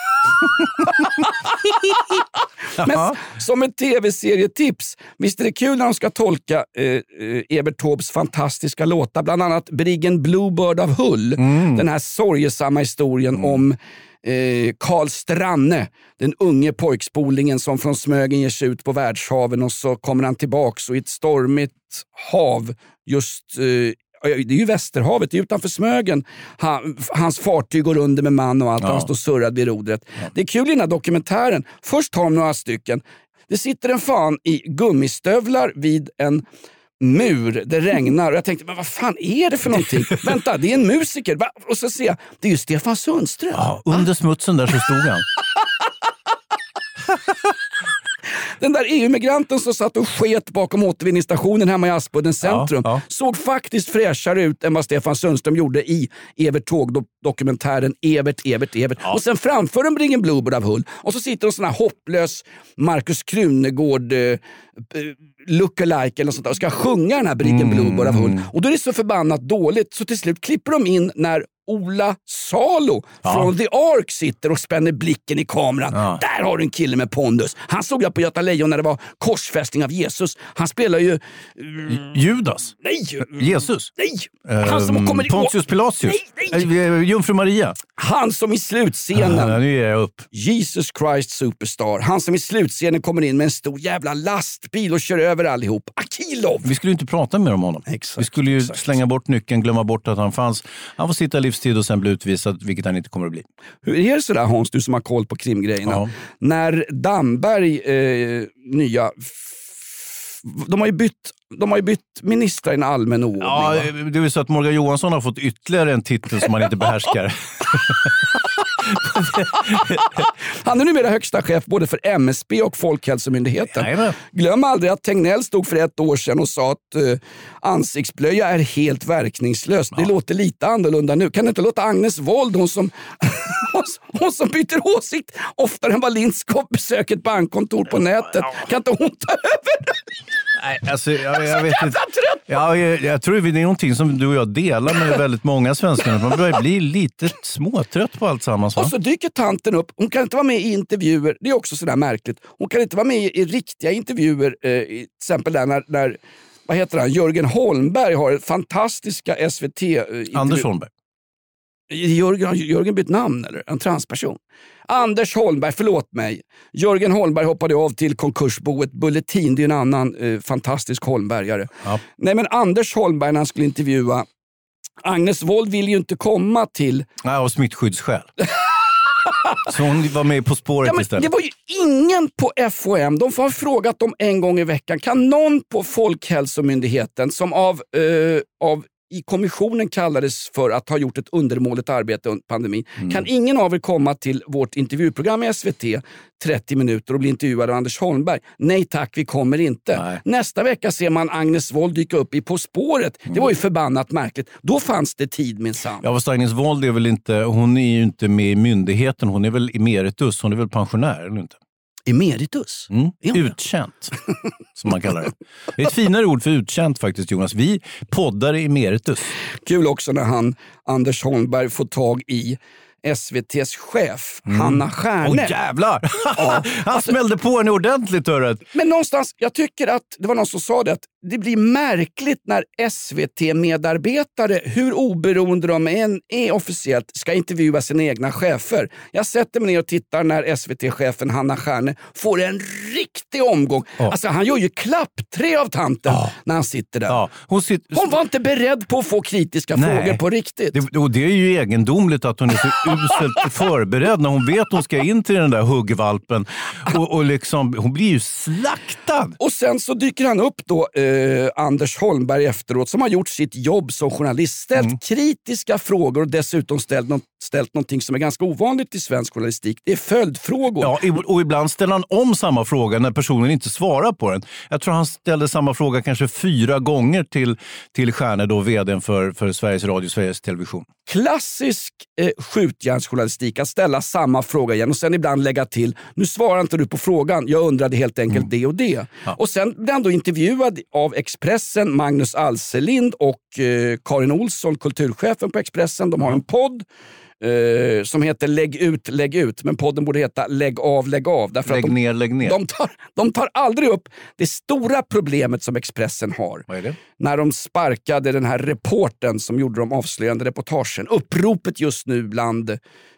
Men som ett tv-serietips, visst är det kul när de ska tolka eh, Evert Taubes fantastiska låtar, bland annat Briggen Bluebird av Hull, mm. den här sorgesamma historien mm. om eh, Karl Stranne, den unge pojkspolingen som från Smögen ger sig ut på världshaven, och så kommer han tillbaks och i ett stormigt hav just eh, det är ju Västerhavet, det är utanför Smögen. Han, hans fartyg går under med man och allt, ja. Han står surrad vid rodret. Ja. Det är kul i den här dokumentären. Först har de några stycken. Det sitter en fan i gummistövlar vid en mur, det regnar, och jag tänkte, men vad fan är det för någonting? Vänta, det är en musiker. Va? Och så ser jag, det är ju Stefan Sundström. Ja, under smutsen där så stod han. Den där E U-migranten som satt och sket bakom återvinningsstationen hemma i Aspudden centrum ja, ja. såg faktiskt fräschare ut än vad Stefan Sundström gjorde i Evert Taube-dokumentären Evert, Evert, Evert. Ja. Och sen framför en Briggen Bluebird av Hull. Och så sitter en sån här hopplös Markus Krunegård eh, lookalike eller sånt där och ska sjunga den här Briggen mm. Bluebird av Hull. Och då är det så förbannat dåligt så till slut klipper de in när Ola Salo ja. från The Ark sitter och spänner blicken i kameran. Ja. Där har du en kille med pondus. Han såg jag på Göta Lejon när det var korsfästning av Jesus. Han spelar ju... Mm, Judas? Nej! Jesus? Nej! Han som um, kommer Pontius Pilatus? Nej, nej! Jungfru Maria? Han som i slutscenen... Ah, nu är jag upp. Jesus Christ Superstar. Han som i slutscenen kommer in med en stor jävla lastbil och kör över allihop. Akilov! Vi skulle ju inte prata mer om honom. Exakt, Vi skulle ju exakt. slänga bort nyckeln, glömma bort att han fanns. Han får sitta livs livstid och sen bli utvisad, vilket han inte kommer att bli. Hur är det sådär, Hans, du som har koll på krimgrejerna? Ja. När Damberg, eh, nya... De har ju bytt, de har ju bytt ministrar i en allmän ordning. Ja, det vill säga att Morgan Johansson har fått ytterligare en titel som han inte behärskar. Han är numera högsta chef både för M S B och Folkhälsomyndigheten. Jajamän. Glöm aldrig att Tegnell stod för ett år sedan och sa att uh, ansiktsblöja är helt verkningslöst. Ja. Det låter lite annorlunda nu. Kan det inte låta Agnes Wold, hon som, hon som byter åsikt oftare än vad Lindskov besöker ett bankkontor på nätet. Kan inte hon ta över? Nej, alltså, jag, jag vet inte. Ja, jag, jag tror det är någonting som du och jag delar med väldigt många svenskar. Man börjar bli lite småtrött på allt sammans. Va? Och så dyker tanten upp. Hon kan inte vara med i intervjuer. Det är också sådär märkligt. Hon kan inte vara med i, i riktiga intervjuer. Eh, till exempel där när, när vad heter han? Jörgen Holmberg har fantastiska S V T... Eh, Anders Holmberg. Jörgen, Jörgen bytt namn eller? En transperson. Anders Holmberg, förlåt mig. Jörgen Holmberg hoppade av till konkursboet Bulletin. Det är en annan eh, fantastisk Holmbergare. Ja. Nej, men Anders Holmberg, när han skulle intervjua Agnes Wold, vill ju inte komma till... Nej, av smittskyddsskäl. Så hon var med På spåret ja, istället. Det var ju ingen på F H M. De har frågat dem en gång i veckan. Kan någon på Folkhälsomyndigheten som av, eh, av i kommissionen kallades för att ha gjort ett undermåligt arbete under pandemin. Mm. Kan ingen av er komma till vårt intervjuprogram i S V T trettio minuter och bli intervjuad av Anders Holmberg? Nej tack, vi kommer inte. Nej. Nästa vecka ser man Agnes Wold dyka upp i På spåret. Mm. Det var ju förbannat märkligt. Då fanns det tid minsann. Ja, fast Agnes Wold är väl inte, hon är ju inte med i myndigheten. Hon är väl emeritus, hon är väl pensionär eller inte? Emeritus? Mm. Utkänt, som man kallar det. Det är ett finare ord för utkänt faktiskt, Jonas. Vi poddar emeritus. Kul också när han, Anders Holmberg, får tag i S V T:s chef, mm. Hanna Stjärne. Åh jävlar! Ja. Han smällde på henne ordentligt, hörret. Men någonstans, jag tycker att, det var någon som sa det, att det blir märkligt när S V T-medarbetare, hur oberoende de än är officiellt, ska intervjua sina egna chefer. Jag sätter mig ner och tittar när S V T-chefen Hanna Stjärne får en riktig omgång. Oh. Alltså han gör ju klappträ av tanten oh. när han sitter där. Oh. Hon, sitter... hon var inte beredd på att få kritiska Nej. frågor på riktigt. Det, och det är ju egendomligt att hon är så uselt förberedd när hon vet att hon ska in till den där huggvalpen. Och, och liksom, hon blir ju slaktad. Och sen så dyker han upp då, eh, Anders Holmberg efteråt, som har gjort sitt jobb som journalist. Ställt mm. kritiska frågor och dessutom ställt, no- ställt någonting som är ganska ovanligt i svensk journalistik. Det är följdfrågor. Ja, och ibland ställer han om samma fråga när personen inte svarar på den. Jag tror han ställde samma fråga kanske fyra gånger till, till Stjärne, då vdn för, för Sveriges Radio, Sveriges Television. Klassisk eh, skjutjärnsjournalistik, att ställa samma fråga igen och sen ibland lägga till, nu svarar inte du på frågan, jag undrade helt enkelt mm. det och det. Ja. Och sen blir han då intervjuad av Expressen, Magnus Alselind och eh, Karin Olsson, kulturchefen på Expressen. De har en podd Uh, som heter Lägg ut, lägg ut. Men podden borde heta Lägg av, lägg av. Därför lägg att de, ner, lägg ner. De tar, de tar aldrig upp det stora problemet som Expressen har. Vad är det? När de sparkade den här reporten som gjorde de avslöjande reportagen. Uppropet just nu bland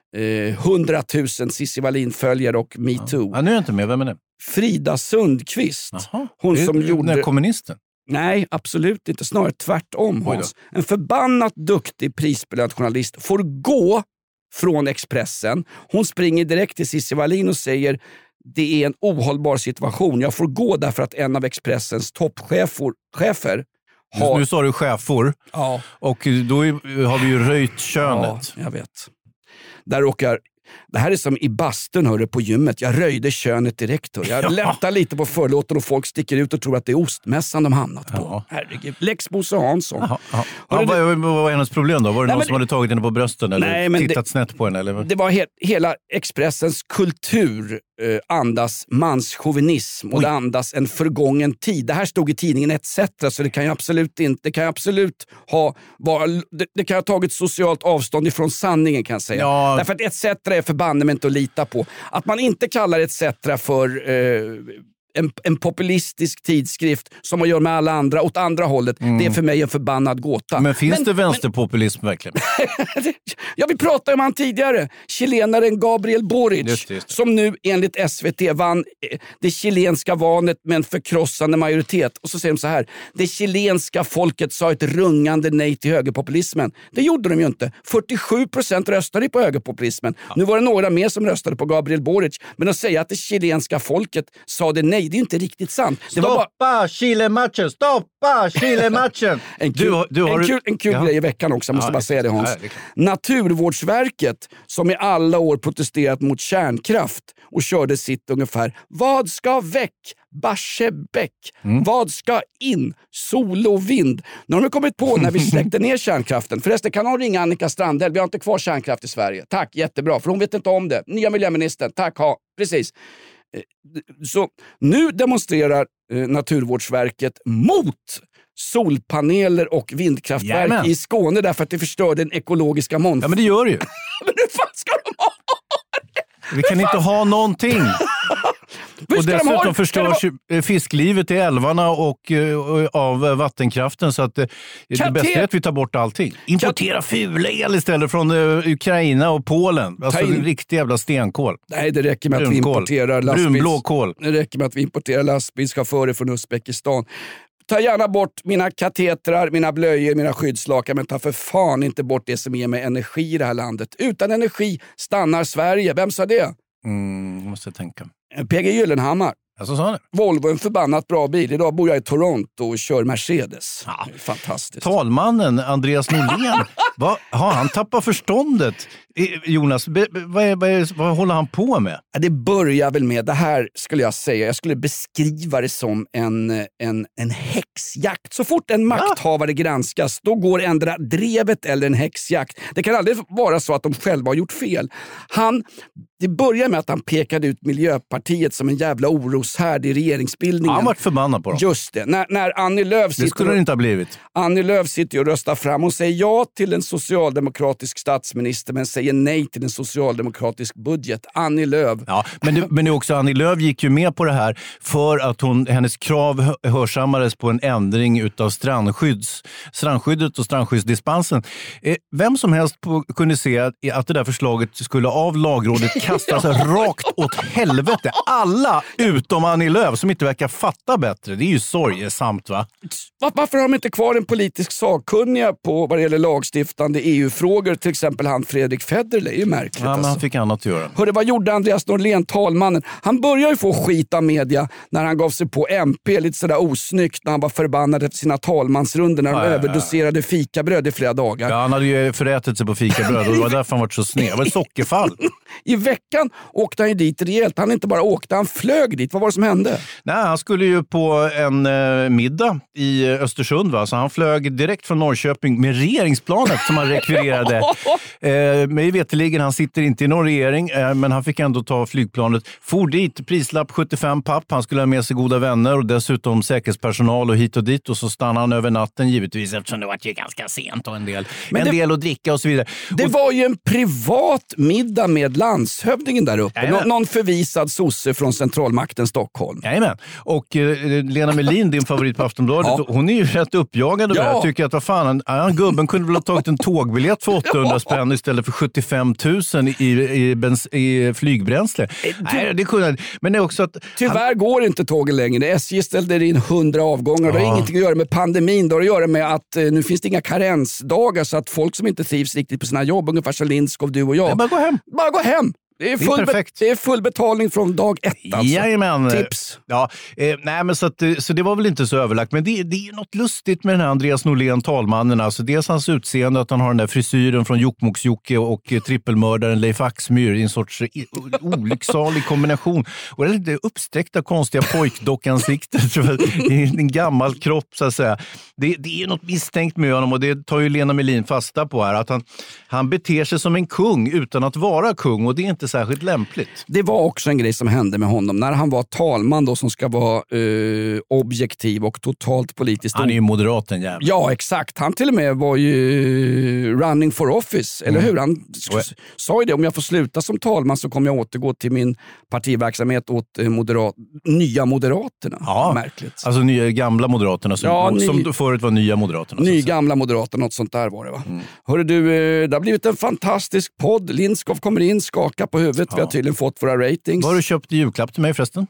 hundratusen uh, Cissi Wallin-följare och MeToo. Ja, nu är jag inte med, vem är det? Frida Sundqvist. Aha. Hon är, som gjorde... Den kommunisten? Nej, absolut inte. Snarare tvärtom, Hans. En förbannat duktig prisbelönt journalist får gå från Expressen. Hon springer direkt till Cissi Wallin och säger det är en ohållbar situation. Jag får gå därför att en av Expressens toppchefer har... Nu sa du chefer. Ja. Och då har vi ju röjt könet. Ja, jag vet. Där råkar... Det här är som i bastun, hörde på gymmet. Jag röjde könet direkt. Hör. Jag ja. lättar lite på förlåten och folk sticker ut och tror att det är ostmässan de hamnat på. Ja. Herregud. Lex Bosse Hansson. Ja, ja. Ja, vad, vad var hennes problem då? Var det Nej, någon som det... hade tagit henne på brösten eller Nej, men tittat det... snett på henne? Eller? Det var he- hela Expressens kultur eh, andas manschauvinism och det andas en förgången tid. Det här stod i tidningen et cetera så det kan ju absolut inte, det kan ju absolut ha, var, det, det kan ha tagit socialt avstånd ifrån sanningen, kan jag säga. Ja. Därför att et cetera är förbanne mig inte att lita på. Att man inte kallar et cetera för eh, en, en populistisk tidskrift som man gör med alla andra åt andra hållet. Mm. Det är för mig en förbannad gåta. Men finns men, det vänsterpopulism men... verkligen? Ja, vi pratade om han tidigare. Chilenaren Gabriel Boric just, just. som nu enligt S V T vann det chilenska valet med en förkrossande majoritet. Och så säger de så här: det chilenska folket sa ett rungande nej till högerpopulismen. Det gjorde de ju inte. fyrtiosju procent röstade på högerpopulismen. Ja. Nu var det några mer som röstade på Gabriel Boric. Men att säga att det chilenska folket sa det nej, det är inte riktigt sant. Det Stoppa var bara... Chile-matchen! Stoppa Chile-matchen! en kul, du, du har... en kul, en kul ja. grej i veckan också, jag måste ja, bara säga det, Hans. Ja, det Naturvårdsverket, som i alla år protesterat mot kärnkraft och körde sitt ungefär: vad ska väck? Barsebäck. Mm. Vad ska in? Sol och vind. Nu har de kommit på när vi släckte ner kärnkraften. Förresten, kan någon ringa Annika Strandhäll? Vi har inte kvar kärnkraft i Sverige. Tack, jättebra. För hon vet inte om det. Nya miljöministern. Tack, ha. Precis. Så nu demonstrerar Naturvårdsverket mot solpaneler och vindkraftverk Jajamän. i Skåne därför att det förstör den ekologiska mångfalden. Ja, men det gör det ju. Men hur fan ska de ha? Vi kan inte ha någonting. Och dessutom de förstörs vara... fisklivet i älvarna och uh, av vattenkraften, så att uh, det bästa är att vi tar bort allting. Importera fulel istället från uh, Ukraina och Polen. Alltså en riktig jävla stenkol. Nej, det räcker med att Brunkol. vi importerar lastbils... Brunblå kol. Det räcker med att vi importerar lastbilschaufförer från Uzbekistan. Ta gärna bort mina katetrar, mina blöjor, mina skyddslakan, men ta för fan inte bort det som ger mig energi i det här landet. Utan energi stannar Sverige. Vem sa det? Mm, måste tänka. P G Gyllenhammar. Alltså, sa han det? Volvo är en förbannat bra bil. Idag bor jag i Toronto och kör Mercedes. Ja. Fantastiskt. Talmannen Andreas Norlén, vad, har han tappat förståndet? Jonas, be, be, vad, är, vad, är, vad håller han på med? Det börjar väl med, det här skulle jag säga, jag skulle beskriva det som en, en, en häxjakt. Så fort en makthavare ja. granskas, då går ändra drevet eller en häxjakt. Det kan aldrig vara så att de själva har gjort fel. Han, det börjar med att han pekade ut Miljöpartiet som en jävla oroshärd i regeringsbildningen. Han varit förbannad på dem. Just det. När, när Annie Lööf sitter, det skulle det inte ha blivit. Annie Lööf sitter och röstar fram och säger ja till en socialdemokratisk statsminister men säger nej till en socialdemokratisk budget. Annie Lööf. Ja, men det, men det är också Annie Lööf gick ju med på det här för att hon, hennes krav hörsammades på en ändring utav strandskydds, strandskyddet och strandskyddsdispensen. Eh, vem som helst på, kunde se att, att det där förslaget skulle av lagrådet kastas rakt åt helvete. Alla utom Annie Lööf som inte verkar fatta bättre. Det är ju sorgesamt, va? Varför har de inte kvar en politisk sakkunniga på vad det gäller lagstiftande E U-frågor? Till exempel han Fredrik Federley. Det är ju märkligt. Ja, men alltså. Han fick annat att göra. Hörde, vad gjorde Andreas Norlén, talmannen? Han började ju få skit av media när han gav sig på M P lite sådär osnyggt när han var förbannad efter sina talmansrunder när de ja, ja, ja. överdoserade fikabröd i flera dagar. Ja, han hade ju förätit sig på fikabröd och det var därför han var så sned. Det var ett sockerfall. I veckan åkte han ju dit rejält. Han inte bara åkte, han flög dit. Vad var det som hände? Nej, han skulle ju på en eh, middag i Östersund, va? Så han flög direkt från Norrköping med regeringsplanet som han rekvirerade. eh, mig veterligen, han sitter inte i någon regering, eh, men han fick ändå ta flygplanet. For dit, prislapp sjuttiofem papp. Han skulle ha med sig goda vänner och dessutom säkerhetspersonal och hit och dit. Och så stannade han över natten givetvis eftersom det var ju ganska sent och en del, men en det, del att dricka och så vidare. Det och, var ju en privat middag med landshövdingen där uppe. Nå- någon förvisad sosse från centralmakten Stockholm. Jajamän. Och eh, Lena Melin, din favorit på Aftonbladet, ja. hon är ju rätt uppjagad. Ja. Jag tycker att vad fan, han, gubben kunde väl ha tagit en tågbiljett för åttahundra ja. spänn istället för sjuttiofem tusen i, i, bens, i flygbränsle. Ty- Nej, det kunde, men det är också att... Tyvärr han... går inte tågen längre. S J ställde in hundra avgångar. Ja. Det har ingenting att göra med pandemin. Det har att göra med att eh, nu finns det inga karensdagar så att folk som inte trivs riktigt på sina jobb, ungefär som Lindskov, du och jag. Ja, bara gå hem. Bara gå hem. Det är, full be- det är full betalning från dag ett alltså. Jajamän. Tips. Ja, eh, nej, men så, att, så det var väl inte så överlagt. Men det, det är något lustigt med den här Andreas Norlén, talmannen. Alltså dels hans utseende, att han har den där frisyren från Jokkmokks-Jocke och eh, trippelmördaren Leif Axmyr i en sorts i, olycksalig kombination. Och det är lite uppsträckta konstiga pojkdockansiktet. Det är en gammal kropp så att säga. Det, det är något misstänkt med honom och det tar ju Lena Melin fasta på här. Att han, han beter sig som en kung utan att vara kung och det är inte inte särskilt lämpligt. Det var också en grej som hände med honom när han var talman då, som ska vara eh, objektiv och totalt politiskt. Han är ju moderaten jävla. Ja, exakt. Han till och med var ju running for office, eller Mm. hur? Han sa ju det, om jag får sluta som talman så kommer jag återgå till min partiverksamhet åt eh, moderat, nya Moderaterna. Ja, märkligt. Alltså nya gamla Moderaterna som, Ja, ny, som förut var nya Moderaterna. Ny gamla Moderaterna, något sånt där var det va? Mm. Hörru du, eh, det har blivit en fantastisk podd. Lindskov kommer in, skakar på huvudet. Ja. Vi har tydligen fått våra ratings. Vad har du köpt i julklapp till mig förresten?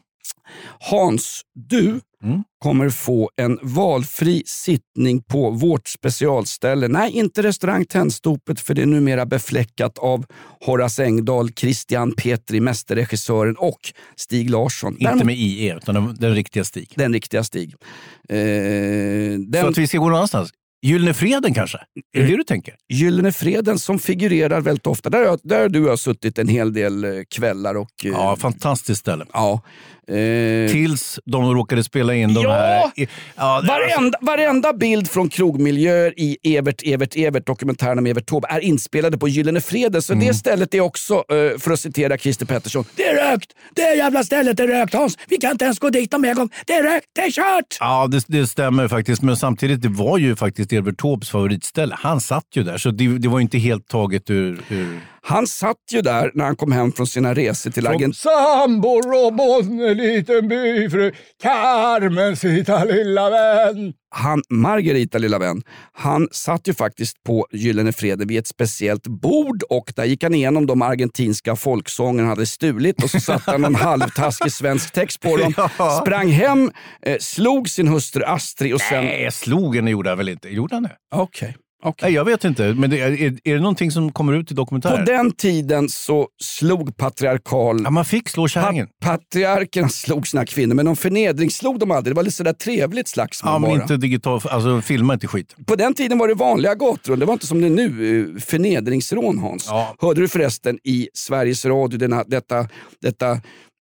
Hans, du mm. kommer få en valfri sittning på vårt specialställe. Nej, inte restaurang Tennstopet, för det är numera befläckat av Horace Engdahl, Christian Petri, mästerregissören, och Stig Larsson. Inte Däremot, med I E, utan den, den riktiga Stig. Den riktiga Stig. Eh, den... Så att vi ska gå någon annanstans. Gyllene Freden kanske? Är det det du tänker? Gyllene Freden som figurerar väldigt ofta. Där, har, där du har suttit en hel del kvällar. Och, ja, fantastiskt ställe. Ja. Eh... Tills de råkade spela in de ja! här... Ja, varenda, varenda bild från krogmiljöer i Evert, Evert, Evert, dokumentären om Evert Taube är inspelade på Gyllene Freden. Så mm. det stället är också, för att citera Christer Pettersson, det är rökt! Det jävla stället är rökt, Hans! Vi kan inte ens gå dit om en gång! Det är rökt! Det är kört! Ja, det, det stämmer faktiskt. Men samtidigt, det var ju faktiskt Evert Taubes favoritställe. Han satt ju där, så det, det var inte helt taget ur... ur... Han satt ju där när han kom hem från sina resor till Argentina. Sambor och Bonne, liten byfru, Carmen, sitta lilla vän. Han, Margarita lilla vän, han satt ju faktiskt på Gyllene Freden vid ett speciellt bord, och där gick han igenom de argentinska folksången han hade stulit, och så satte han en halvtaskig svensk text på dem, ja. Sprang hem, eh, slog sin hustru Astrid och sen... Nej, slog henne gjorde han väl inte? Gjorde han det? Okej. Okay. Okay. Nej, jag vet inte, men det, är, är det någonting som kommer ut i dokumentären? På den tiden så slog patriarkal... Ja, man fick slå kärringen. Pat- patriarkerna slog sina kvinnor, men de förnedringsslog dem aldrig. Det var lite sådär trevligt slagsmål. Ja, men bara. Inte digitalt, alltså filma inte skit. På den tiden var det vanliga gatrån. Det var inte som det är nu, förnedringsrån, Hans. Ja. Hörde du förresten i Sveriges Radio denna, detta... detta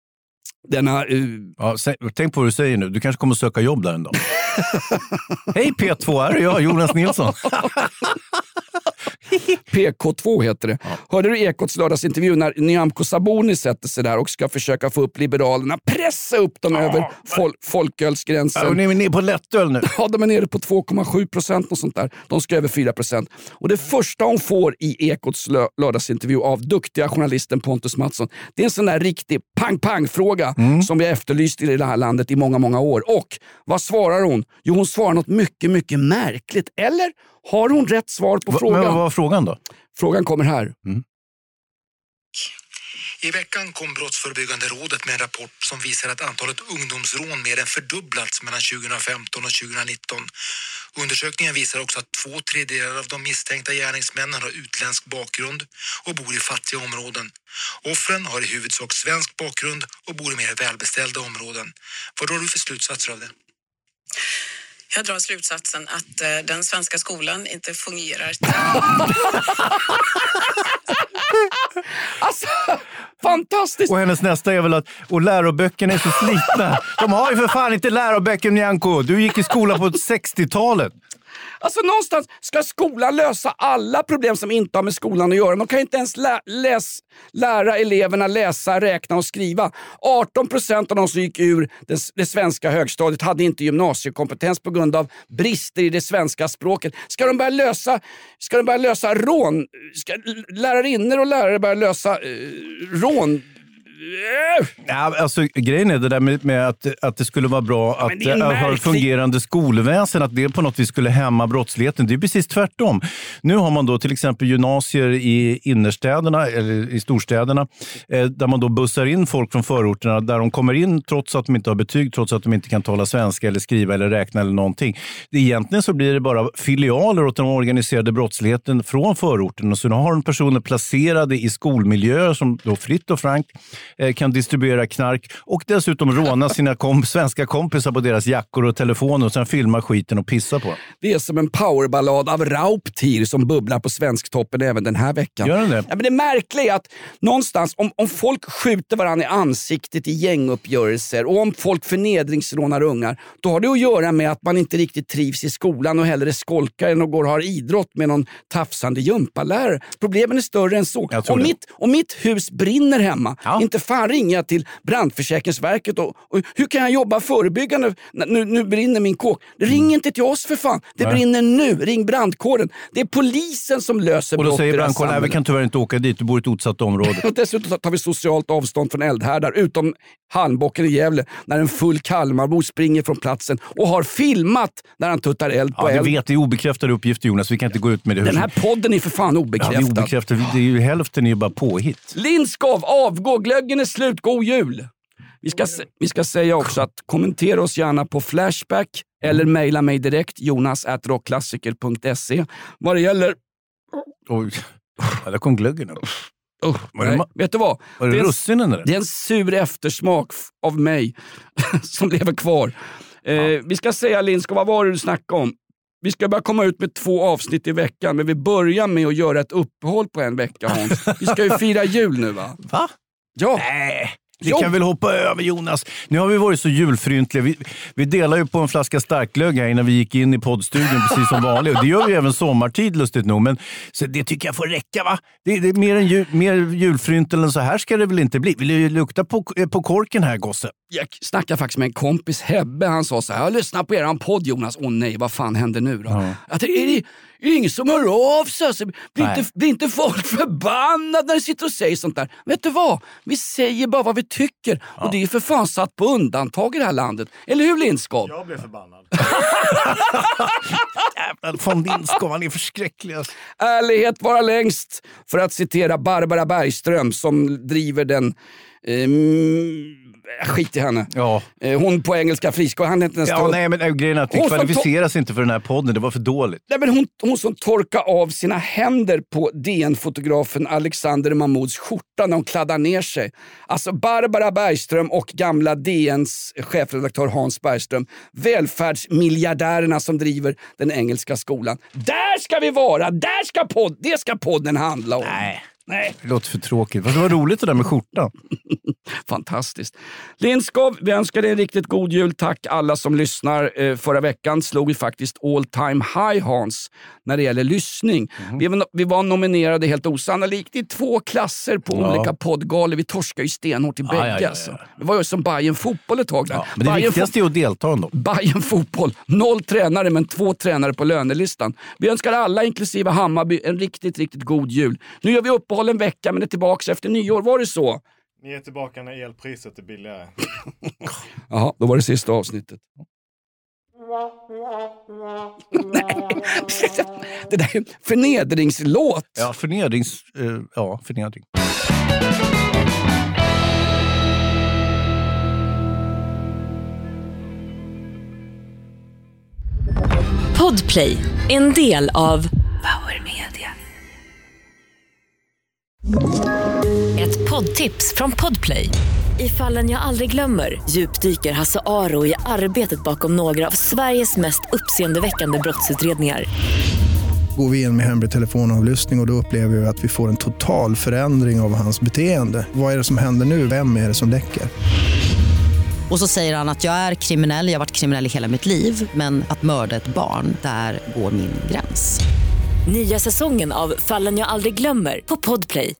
Denna, uh... ja, tänk på vad du säger nu. Du kanske kommer att söka jobb där en dag. Hej P två, här är jag, Jonas Nilsson. P K två heter det. Ja. Hörde du Ekots lördagsintervju när Nyamko Sabuni sätter sig där och ska försöka få upp Liberalerna, pressa upp dem ja. över fol- folkölsgränsen. Ja, ni är nere på lättöl nu. Ja, de är nere på två komma sju procent och sånt där. De ska över fyra procent. Och det första hon får i Ekots lö- lördagsintervju av duktiga journalisten Pontus Mattsson, det är en sån där riktig pang-pang-fråga mm. som vi har efterlyst i det här landet i många, många år. Och vad svarar hon? Jo, hon svarar något mycket, mycket märkligt. Eller har hon rätt svar på Va, frågan? Men vad var frågan då? Frågan kommer här. Mm. I veckan kom Brottsförebyggande rådet med en rapport som visar att antalet ungdomsrån mer än fördubblats mellan tjugohundrafemton och tjugohundranitton. Undersökningen visar också att två tredjedelar av de misstänkta gärningsmännen har utländsk bakgrund och bor i fattiga områden. Offren har i huvudsak svensk bakgrund och bor i mer välbeställda områden. Vad drar du för slutsatser av det? Jag drar slutsatsen att eh, den svenska skolan inte fungerar. Alltså, fantastiskt! Och hennes nästa är väl att och läroböckerna är så slitna. De har ju för fan inte läroböcker, Nyanko. Du gick i skolan på sextiotalet. Alltså någonstans ska skolan lösa alla problem som inte har med skolan att göra. De kan inte ens lä- läs- lära eleverna läsa, räkna och skriva. arton procent av de som gick ur det, det svenska högstadiet hade inte gymnasiekompetens på grund av brister i det svenska språket. Ska de börja lösa, ska de börja lösa rån? Ska lärarinnor och lärare börja lösa eh, rån? Ja, alltså, grejen är det där med, med att, att det skulle vara bra ja, att, att ha ett fungerande skolväsen, att det på något vis skulle hämma brottsligheten. Det är precis tvärtom. Nu har man då till exempel gymnasier i innerstäderna eller i storstäderna eh, där man då bussar in folk från förorterna där de kommer in trots att de inte har betyg, trots att de inte kan tala svenska eller skriva eller räkna eller någonting. Det, egentligen så blir det bara filialer åt den organiserade brottsligheten från förorten, och så har de personer placerade i skolmiljöer som då fritt och frankt eh, kan distribuera knark och dessutom råna sina komp- svenska kompisar på deras jackor och telefoner och sen filma skiten och pissa på. Det är som en powerballad av Rauptir som bubblar på Svensktoppen även den här veckan. Gör den det? Ja, men det märkliga är att någonstans, om, om folk skjuter varandra i ansiktet i gänguppgörelser och om folk förnedringsrånar ungar, då har det att göra med att man inte riktigt trivs i skolan och hellre skolkar än och går och har idrott med någon tafsande gympalärare. Problemen är större än så. Om mitt, om mitt hus brinner hemma, ja. inte fan ringer jag till Brandförsäkringsverket och, och hur kan jag jobba förebyggande? Nu, nu brinner min kåk. Ring mm. inte till oss för fan. Det Nej. brinner nu. Ring brandkåren. Det är polisen som löser brott. Och då säger brandkåren, nej vi kan tyvärr inte åka dit, du bor i ett utsatt område. Och dessutom tar vi socialt avstånd från eldhärdar, utom Halmbocken i Gävle, när en full Kalmarbo springer från platsen och har filmat när han tuttar eld på ja, eld. Ja, vet, det är obekräftade uppgifter Jonas, vi kan inte gå ut med det. Den här podden är för fan obekräftad. Ja, det är obekräftad. Det är ju, hälften är ju bara påhitt. Lindskov, avgå, glöggen är slut, god jul! Vi ska, vi ska säga också att kommentera oss gärna på Flashback eller mejla mig direkt, jonas at rockklassiker punkt se. Vad det gäller... Oj, ja, där kom glöggen upp. Oh, nej, det, vet du vad? Var det, det, russinen eller? Det är en sur eftersmak av mig som lever kvar. Eh, ja. Vi ska säga, Lindskov, vad var det du snackade om? Vi ska bara komma ut med två avsnitt i veckan, men vi börjar med att göra ett uppehåll på en vecka, Hans. Vi ska ju fira jul nu, va? Va? Ja. Nej. Vi kan väl hoppa över, Jonas. Nu har vi varit så julfryntliga. Vi, vi delar ju på en flaska starklögg här innan vi gick in i poddstudion precis som vanligt. Och det gör vi även sommartid, lustigt nog. Men så det tycker jag får räcka, va? Det, det är mer, en jul, mer julfrynt än så här ska det väl inte bli. Vill du lukta på, på korken här, gosse? Jag snackade faktiskt med en kompis, Hebbe. Han sa så här, jag lyssnar på eran podd, Jonas. Åh nej, vad fan händer nu då? Ja. Jag tänkte, är det, är det ingen som hör av sig? Alltså, blir, inte, blir inte folk förbannade när de sitter och säger sånt där? Vet du vad? Vi säger bara vad vi tycker. Ja. Och det är för fan satt på undantag i det här landet. Eller hur, Lindskov? Jag blir förbannad. Jävlar, från Lindskov, han är förskräcklig. Ärlighet vara längst, för att citera Barbara Bergström som driver den... Um, skit i henne. Ja. Hon på engelska friskolan. Han heter ja, nej, men äh, grejen är att det kvalificeras inte för den här podden. Det var för dåligt. Nej, men hon, hon som torkar av sina händer på D N-fotografen Alexander Mahmouds skjorta när hon kladdar ner sig. Alltså Barbara Bergström och gamla D N:s chefredaktör Hans Bergström. Välfärdsmiljardärerna som driver den engelska skolan. Där ska vi vara! Där ska podd, det ska podden handla om. Nej. Nej. Det låter för tråkigt. Det var roligt det där med skjortan. Fantastiskt. Lindskov, vi önskar dig en riktigt god jul. Tack alla som lyssnar. Eh, förra veckan slog vi faktiskt all time high, Hans, när det gäller lyssning. Mm. Vi, var, vi var nominerade helt osannolikt i två klasser på ja. olika poddgalor. Vi torskar ju stenhårt i bägge. Ja, ja, ja, ja. Det var ju som Bayern fotboll ett tag. Ja, men det Bayern viktigaste är att delta ändå. Bayern fotboll. Noll tränare men två tränare på lönelistan. Vi önskar alla, inklusive Hammarby, en riktigt, riktigt god jul. Nu gör vi uppehåll en vecka, men är tillbaka efter nyår. Var det så? Ni är tillbaka när elpriset är billigare. Jaha, då var det sista avsnittet. Det där är en förnedringslåt. Ja, förnedrings... Uh, ja, förnedring. Podplay, en del av Power Media. Ett poddtips från Podplay. I Fallen jag aldrig glömmer djupdyker Hasse Aro i arbetet bakom några av Sveriges mest uppseendeväckande brottsutredningar. Går vi in med hemlig telefonavlyssning och, och då upplever vi att vi får en total förändring av hans beteende. Vad är det som händer nu? Vem är det som läcker? Och så säger han att jag är kriminell, jag har varit kriminell i hela mitt liv. Men att mörda ett barn, där går min gräns. Nya säsongen av Fallen jag aldrig glömmer på Podplay.